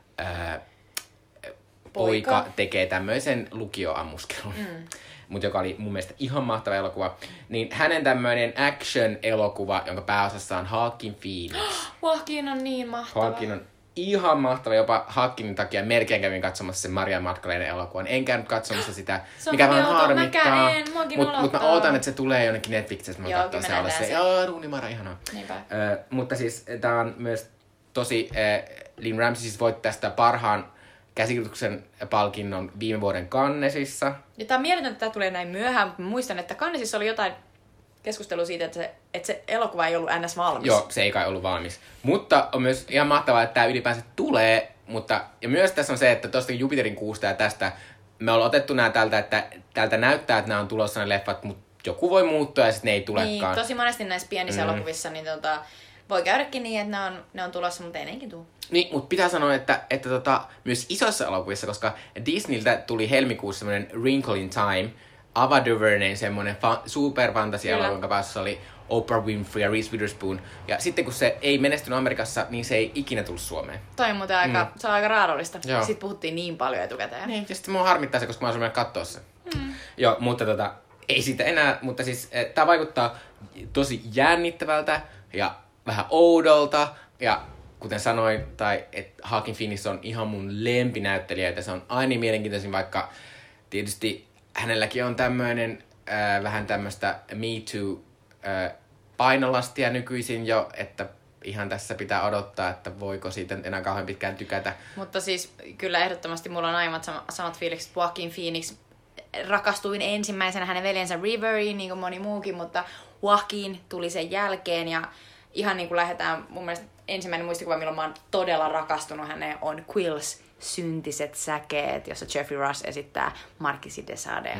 poika tekee tämmöisen lukioammuskelun. Mutta joka oli mun mielestä ihan mahtava elokuva. Niin hänen tämmöinen action-elokuva, jonka pääosassa on Joaquin Phoenix. Joaquin on niin mahtava. Joaquin on ihan mahtava. Jopa Joaquinin takia melkein kävin katsomassa sen Maria Magdalenen elokuvan. En käynyt katsomassa sitä, mikä vähän harmittaa. Mutta mä ootan, että se tulee jonnekin Netflixissä. Mä katsoin se alas. Ruunimara, ihanaa. Mutta siis tää on myös tosi... Lynn Ramsey siis voitti tästä parhaan käsikirjoituksen palkinnon viime vuoden Cannesissa. Ja tää on mieletöntä, että tää tulee näin myöhään, mutta muistan, että Cannesissa oli jotain keskustelua siitä, että se elokuva ei ollut ns. Valmis. Joo, se ei kai ollut valmis. Mutta on myös ihan mahtavaa, että tää ylipäänsä tulee, ja myös tässä on se, että tosta Jupiterin kuusta ja tästä me ollaan otettu nää että täältä näyttää, että nämä on tulossa ne leffat, mutta joku voi muuttua ja sitten ne ei tulekaan. Niin, tosi monesti näissä pienissä elokuvissa niin voi käydäkin niin, että ne on tulossa, mutta ei neinkin tule. Niin, mutta pitää sanoa, että myös isoissa elokuvissa, koska Disneyltä tuli helmikuussa semmoinen Wrinkle in Time, Ava DuVernayn semmoinen superfantasia-elokuva, jonka päässä oli Oprah Winfrey ja Reese Witherspoon. Ja sitten kun se ei menestynyt Amerikassa, niin se ei ikinä tullut Suomeen. Toi on muuten se on aika raadollista. Sitten puhuttiin niin paljon etukäteen. Niin, ja sitten mua harmittaa se, koska mä oon katsoa se. Joo, mutta ei siitä enää, mutta siis tää vaikuttaa tosi jännittävältä ja vähän oudolta. Ja kuten sanoin, että Joaquin Phoenix on ihan mun lempinäyttelijä, se on aina mielenkiintoisin, vaikka tietysti hänelläkin on tämmöinen vähän tämmöistä Me Too painolastia nykyisin jo, että ihan tässä pitää odottaa, että voiko siitä enää kauhean pitkään tykätä. Mutta siis kyllä ehdottomasti mulla on aivan samat fiilikset. Joaquin Phoenix, rakastuin ensimmäisenä hänen veljensä Riveriin, niin kuin moni muukin, mutta Joaquin tuli sen jälkeen ja ihan niin kuin lähdetään, mun mielestä ensimmäinen muistikuva, milloin mä oon todella rakastunut häneen, on Quills, Syntiset säkeet, jossa Jeffrey Rush esittää Marquis de Sade.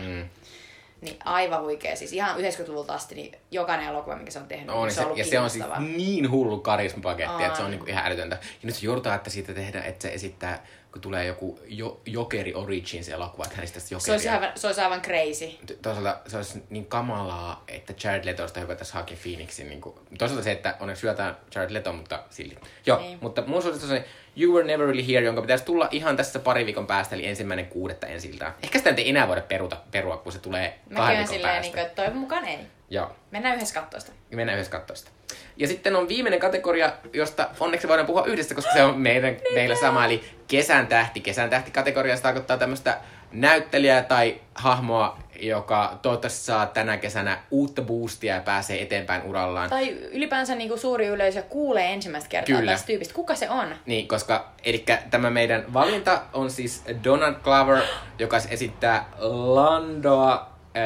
Niin aivan huikea. Siis ihan 90-luvulta asti niin jokainen elokuva, mikä se on tehnyt, on, se on ollut ja se on siis niin hullu karismapaketti, että se on niinku ihan älytöntä. Ja nyt se joudutaan, että siitä tehdään, että se esittää kun tulee joku Jokeri Origins-elokuva, että hänestä Jokeria. Se olisi aivan crazy. Toisaalta se olisi niin kamalaa, että Jared Letosta hypätäisi Joaquin Phoenixin. Niin kuin, toisaalta se, että onneksi hyötään Jared Leto, mutta silti. Joo, niin. Mutta mun suositus on You Were Never Really Here, jonka pitäisi tulla ihan tässä pari viikon päästä, eli 1.6. ensiltään. Ehkä sitä ei enää voida perua, kun se tulee 2 viikon päästä. Niin kuin, että toivon mukaan ei. Joo. Mennään yhdessä kattoista. Ja sitten on viimeinen kategoria, josta onneksi voidaan puhua yhdessä, koska se on meillä sama, eli kesän tähti. Kesän tähti kategoriassa tarkoittaa tämmöistä näyttelijää tai hahmoa, joka toivottavasti saa tänä kesänä uutta boostia ja pääsee eteenpäin urallaan. Tai ylipäänsä niin kuin suuri yleisö kuulee ensimmäistä kertaa tästä tyypistä. Kuka se on? Niin, koska tämä meidän valinta on siis Donald Glover, joka esittää Landoa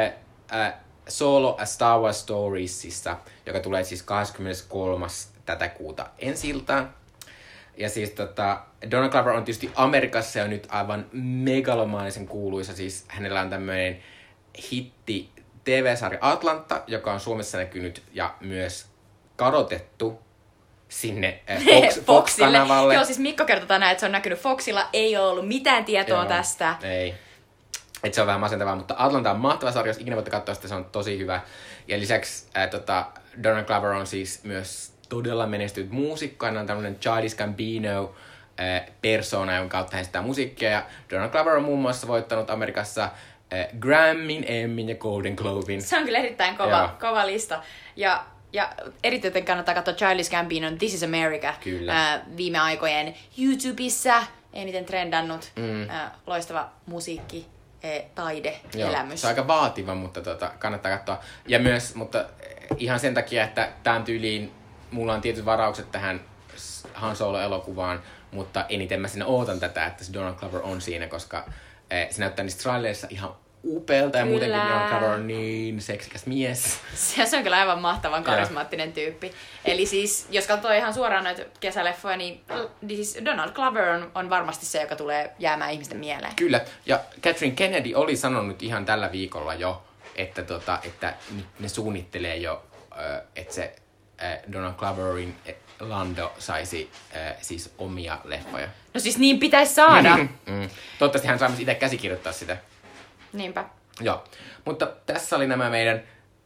Solo A Star Wars Storiesissa, joka tulee siis 23. tätä kuuta ensi-iltaan. Ja siis Donald Glover on tietysti Amerikassa ja nyt aivan megalomaanisen kuuluisa. Siis hänellä on tämmöinen hitti TV-sarja Atlanta, joka on Suomessa näkynyt ja myös kadotettu sinne Fox-kanavalle. Joo, siis Mikko kertoo tänään, että se on näkynyt Foxilla. Ei ole ollut mitään tietoa tästä. Ei. Että se on vähän masentavaa, mutta Atlanta on mahtava sarja, jos ikinä voitte katsoa sitä, se on tosi hyvä. Ja lisäksi Donald Glover on siis myös todella menestynyt muusikko. Hän on tämmöinen Childish Gambino persona, jonka kautta hän sitä musiikkia. Ja Donald Glover on muun muassa voittanut Amerikassa Grammyn, Emmyn ja Golden Globin. Se on kyllä erittäin kova lista. Ja erityisen kannattaa katsoa Childish Gambinon This is America. Viime aikojen YouTubessa eniten trendannut loistava musiikki. Taide-elämys. Se on aika vaativa, mutta kannattaa katsoa. Ja myös, mutta ihan sen takia, että tämän tyyliin mulla on tietyt varaukset tähän Han Solo-elokuvaan, mutta eniten mä siinä ootan tätä, että se Donald Glover on siinä, koska se näyttää niistä traileissa ihan upealta ja muutenkin Donald Glover on niin seksikäs mies. Se on kyllä aivan mahtavan karismaattinen tyyppi. Eli siis, jos katsoo ihan suoraan noita kesäleffoja, niin siis Donald Glover on varmasti se, joka tulee jäämään ihmisten mieleen. Kyllä, ja Catherine Kennedy oli sanonut ihan tällä viikolla jo, että nyt ne suunnittelee jo, että se Donald Gloverin Lando saisi siis omia leffoja. No siis niin pitäisi saada. Toivottavasti hän saa myös itse käsikirjoittaa sitä. Niinpä. Joo, mutta tässä oli nämä meidän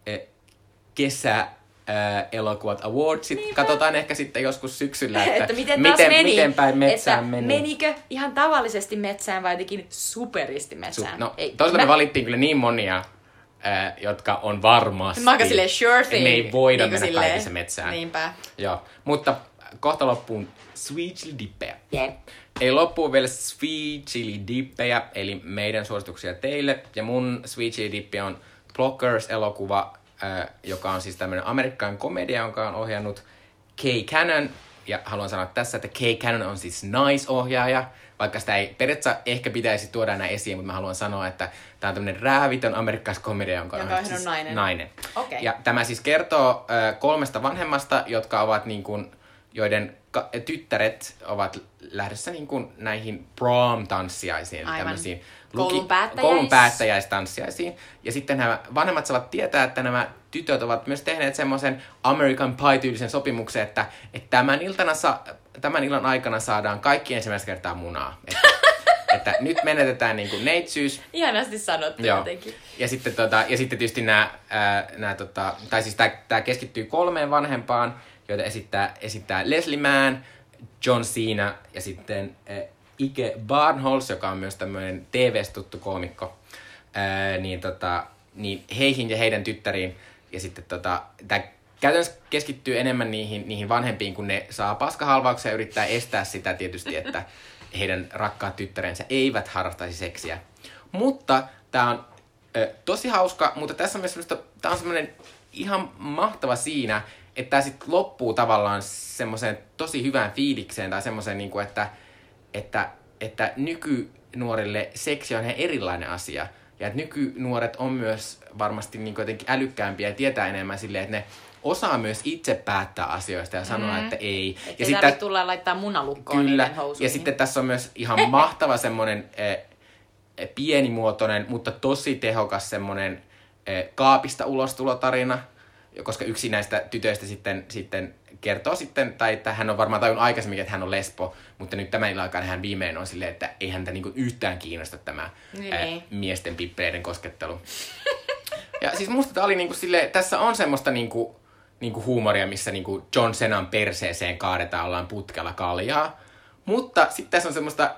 kesäelokuvat awardsit. Niinpä. Katsotaan ehkä sitten joskus syksyllä, että miten päin metsään meni. Menikö ihan tavallisesti metsään vai jotenkin superisti metsään? Toisaalta me valittiin kyllä niin monia, jotka on varmasti. Mä oon silleen sure thing. Me ei voida niin mennä kaikissa metsään. Niinpä. Joo, mutta kohta loppuun Sweet Chili Dippejä. Yeah. Ei loppuun vielä Sweet Chili Dippejä, eli meidän suosituksia teille. Ja mun Sweet Chili Dippi on Blockers-elokuva, joka on siis tämmönen amerikkalainen komedia, jonka on ohjannut Kay Cannon. Ja haluan sanoa tässä, että Kay Cannon on siis naisohjaaja, vaikka sitä ei periaatteessa ehkä pitäisi tuoda enää esiin, mutta mä haluan sanoa, että tää on tämmönen räävitön amerikkalaiskomedia, jonka on siis nainen. Okay. Ja tämä siis kertoo 3 vanhemmasta, jotka ovat niin kuin, joiden tyttäret ovat lähdössä niin kuin näihin prom-tanssiaisiin, tämmöisiin koulun päättäjäistanssiaisiin. Ja sitten nämä vanhemmat saavat tietää, että nämä tytöt ovat myös tehneet semmoisen American Pie-tyylisen sopimuksen, että tämän illan aikana saadaan kaikki ensimmäistä kertaa munaa. Että nyt menetetään niin kuin neitsyys. Ihanasti sanottu jotenkin. Ja sitten tietysti tämä keskittyy 3 vanhempaan, joita esittää Leslie Mann, John Cena ja sitten Ike Barinholtz, joka on myös tämmöinen TV-tuttu koomikko. Niin heihin ja heidän tyttäriin. Ja sitten tämä käytännössä keskittyy enemmän niihin vanhempiin, kun ne saa paskahalvauksia ja yrittää estää sitä tietysti, että heidän rakkaat tyttärensä eivät harrastaisi seksiä. Mutta tämä on tosi hauska, mutta tässä on myös tämä on semmoinen ihan mahtava siinä, että tämä sitten loppuu tavallaan semmoiseen tosi hyvään fiilikseen tai semmoiseen, niin kuin, että nykynuorille seksi on ihan erilainen asia. Ja että nykynuoret on myös varmasti niin kuin jotenkin älykkäämpiä ja tietää enemmän silleen, että ne osaa myös itse päättää asioista ja sanoa, että ei. Että ei tarvitse tulla laittaa munalukkoon niiden housuihin. Ja sitten tässä on myös ihan mahtava semmoinen pienimuotoinen, mutta tosi tehokas semmoinen kaapista ulostulotarina. koska yksi näistä tytöistä sitten kertoo sitten, tai että hän on varmaan tajunnut aikaisemmin, että hän on lesbo, mutta nyt tämän illan aikana hän viimein on silleen, että ei häntä niinku yhtään kiinnosta tämä miesten pippeleiden koskettelu. Ja siis musta tää oli niinku silleen, tässä on semmoista niinku huumoria, missä niinku John Cenan perseeseen kaadetaan ollaan putkella kaljaa, mutta sitten tässä on semmoista...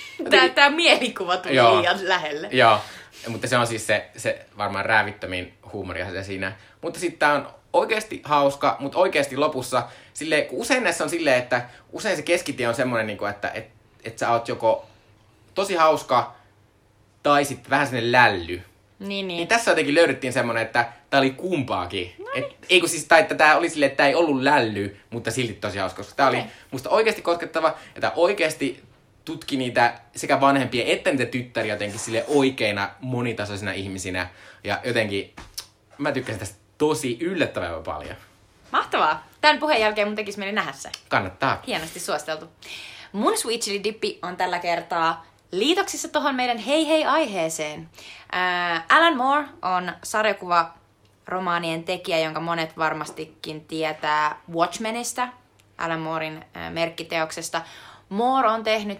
Tää mielikuva tuli liian lähelle. Joo, mutta se on siis se varmaan räävittömin huumoria siinä. Mutta sitten tää on oikeasti hauska, mutta oikeasti lopussa, silleen, kun usein näissä on silleen, että usein se keskitie on semmoinen, niin että sä oot joko tosi hauska tai sitten vähän sellainen lälly. Niin tässä jotenkin löydettiin semmoinen, että tää oli kumpaakin. Tai että tää oli silleen, että tää ei ollut lälly, mutta silti tosi hauska, koska tää oli musta oikeasti koskettava, ja tää oikeasti tutki niitä sekä vanhempia että niitä tyttäriä jotenkin sille oikeina monitasoisina ihmisinä. Ja jotenkin mä tykkäsin tästä tosi yllättävän paljon. Mahtavaa. Tämän puheen jälkeen mun tekisi mieli nähdä se. Kannattaa. Hienosti suositeltu. Mun Sweet Chili Dippi on tällä kertaa liitoksissa tohon meidän hei hei aiheeseen. Alan Moore on sarjakuvaromaanien tekijä, jonka monet varmastikin tietää Watchmenista, Alan Mooren merkkiteoksesta. Moore on tehnyt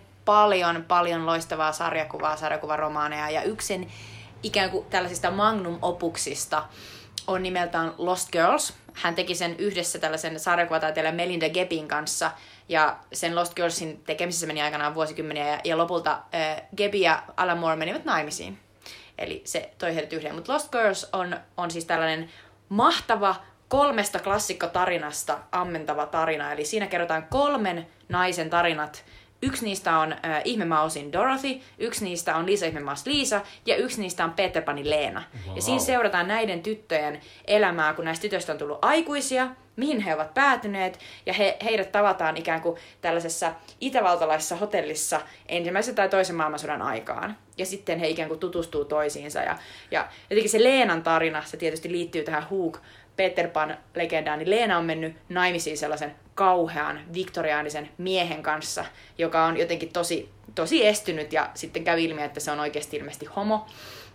paljon loistavaa sarjakuvaromaaneja, ja yksin ikään kuin tällaisista magnum opuksista on nimeltään Lost Girls. Hän teki sen yhdessä tällaisen sarjakuvataiteilijan Melinda Gebbin kanssa, ja sen Lost Girlsin tekemisessä meni aikanaan vuosikymmeniä, ja lopulta Gebbi ja Alan Moore menivät naimisiin. Eli se toi heidät yhden. Mutta Lost Girls on siis tällainen mahtava 3 klassikkotarinasta ammentava tarina. Eli siinä kerrotaan 3 naisen tarinat. Yksi niistä on Ihmemausin Dorothy, yksi niistä on Liisa Ihmemaus Liisa ja yksi niistä on Peter Pani Leena. Wow. Ja siinä seurataan näiden tyttöjen elämää, kun näistä tytöistä on tullut aikuisia, mihin he ovat päätyneet, ja heidät tavataan ikään kuin tällaisessa itävaltalaisessa hotellissa ensimmäisen tai toisen maailmansodan aikaan. Ja sitten he ikään kuin tutustuu toisiinsa. Ja jotenkin se Leenan tarina, se tietysti liittyy tähän Hook Peter Pan-legendaan, niin Leena on mennyt naimisiin sellaisen kauhean viktoriaanisen miehen kanssa, joka on jotenkin tosi estynyt, ja sitten kävi ilmi, että se on oikeasti ilmeisesti homo.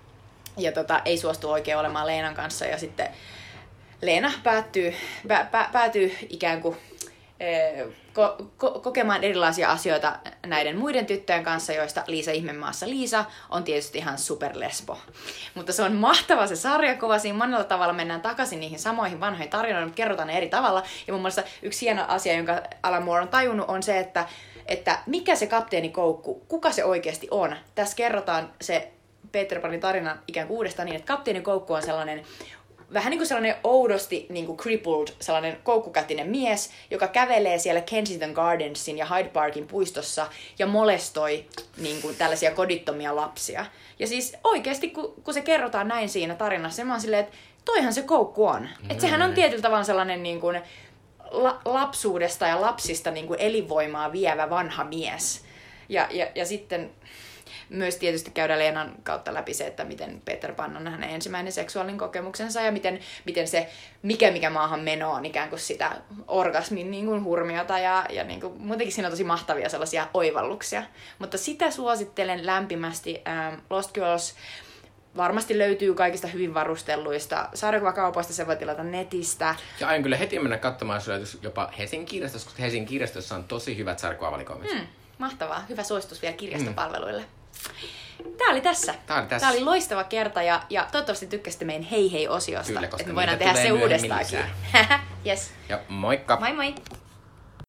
Ja ei suostu oikein olemaan Leenan kanssa, ja sitten Leena päätyy ikään kuin kokemaan erilaisia asioita näiden muiden tyttöjen kanssa, joista Liisa Ihmemaassa Liisa on tietysti ihan superlesbo. Mutta se on mahtava se sarjakuva, siinä monella tavalla mennään takaisin niihin samoihin vanhoihin tarinoihin, mutta kerrotaan ne eri tavalla. Ja mun mielestä yksi hieno asia, jonka Alan Moore on tajunnut, on se, että mikä se kapteeni Koukku, kuka se oikeasti on. Tässä kerrotaan se Peter Panin tarina ikään kuin uudestaan niin, että kapteeni Koukku on sellainen vähän niin kuin sellainen oudosti niin kuin crippled, sellainen koukkukätinen mies, joka kävelee siellä Kensington Gardensin ja Hyde Parkin puistossa ja molestoi niin kuin tällaisia kodittomia lapsia. Ja siis oikeasti, kun se kerrotaan näin siinä tarinassa, mä oon silleen, että toihan se Koukku on. Että sehän on tietyllä tavalla sellainen niin kuin lapsuudesta ja lapsista niin kuin elinvoimaa vievä vanha mies. Ja sitten myös tietysti käydään Leenan kautta läpi se, että miten Peter Pan on hänen ensimmäinen seksuaalinen kokemuksensa ja miten se mikä maahan meno on ikään kuin sitä orgasmin niin kuin hurmiota ja niin kuin, muutenkin siinä on tosi mahtavia sellaisia oivalluksia. Mutta sitä suosittelen lämpimästi. Lost Girls varmasti löytyy kaikista hyvin varustelluista sarjakuvakaupoista, se voi tilata netistä. Ja aion kyllä heti mennä katsomaan jopa Helsingin kirjastossa, koska Helsingin kirjastossa on tosi hyvät sarjakuvavalikoimet. Mahtavaa. Hyvä suositus vielä kirjastopalveluille. Tää oli tässä. Tää oli loistava kerta ja toivottavasti tykkäsitte meidän hei hei -osiosta. Kyllä, koska että me voidaan tehdä se uudestaankin. Yes. Ja moikka! Moi moi!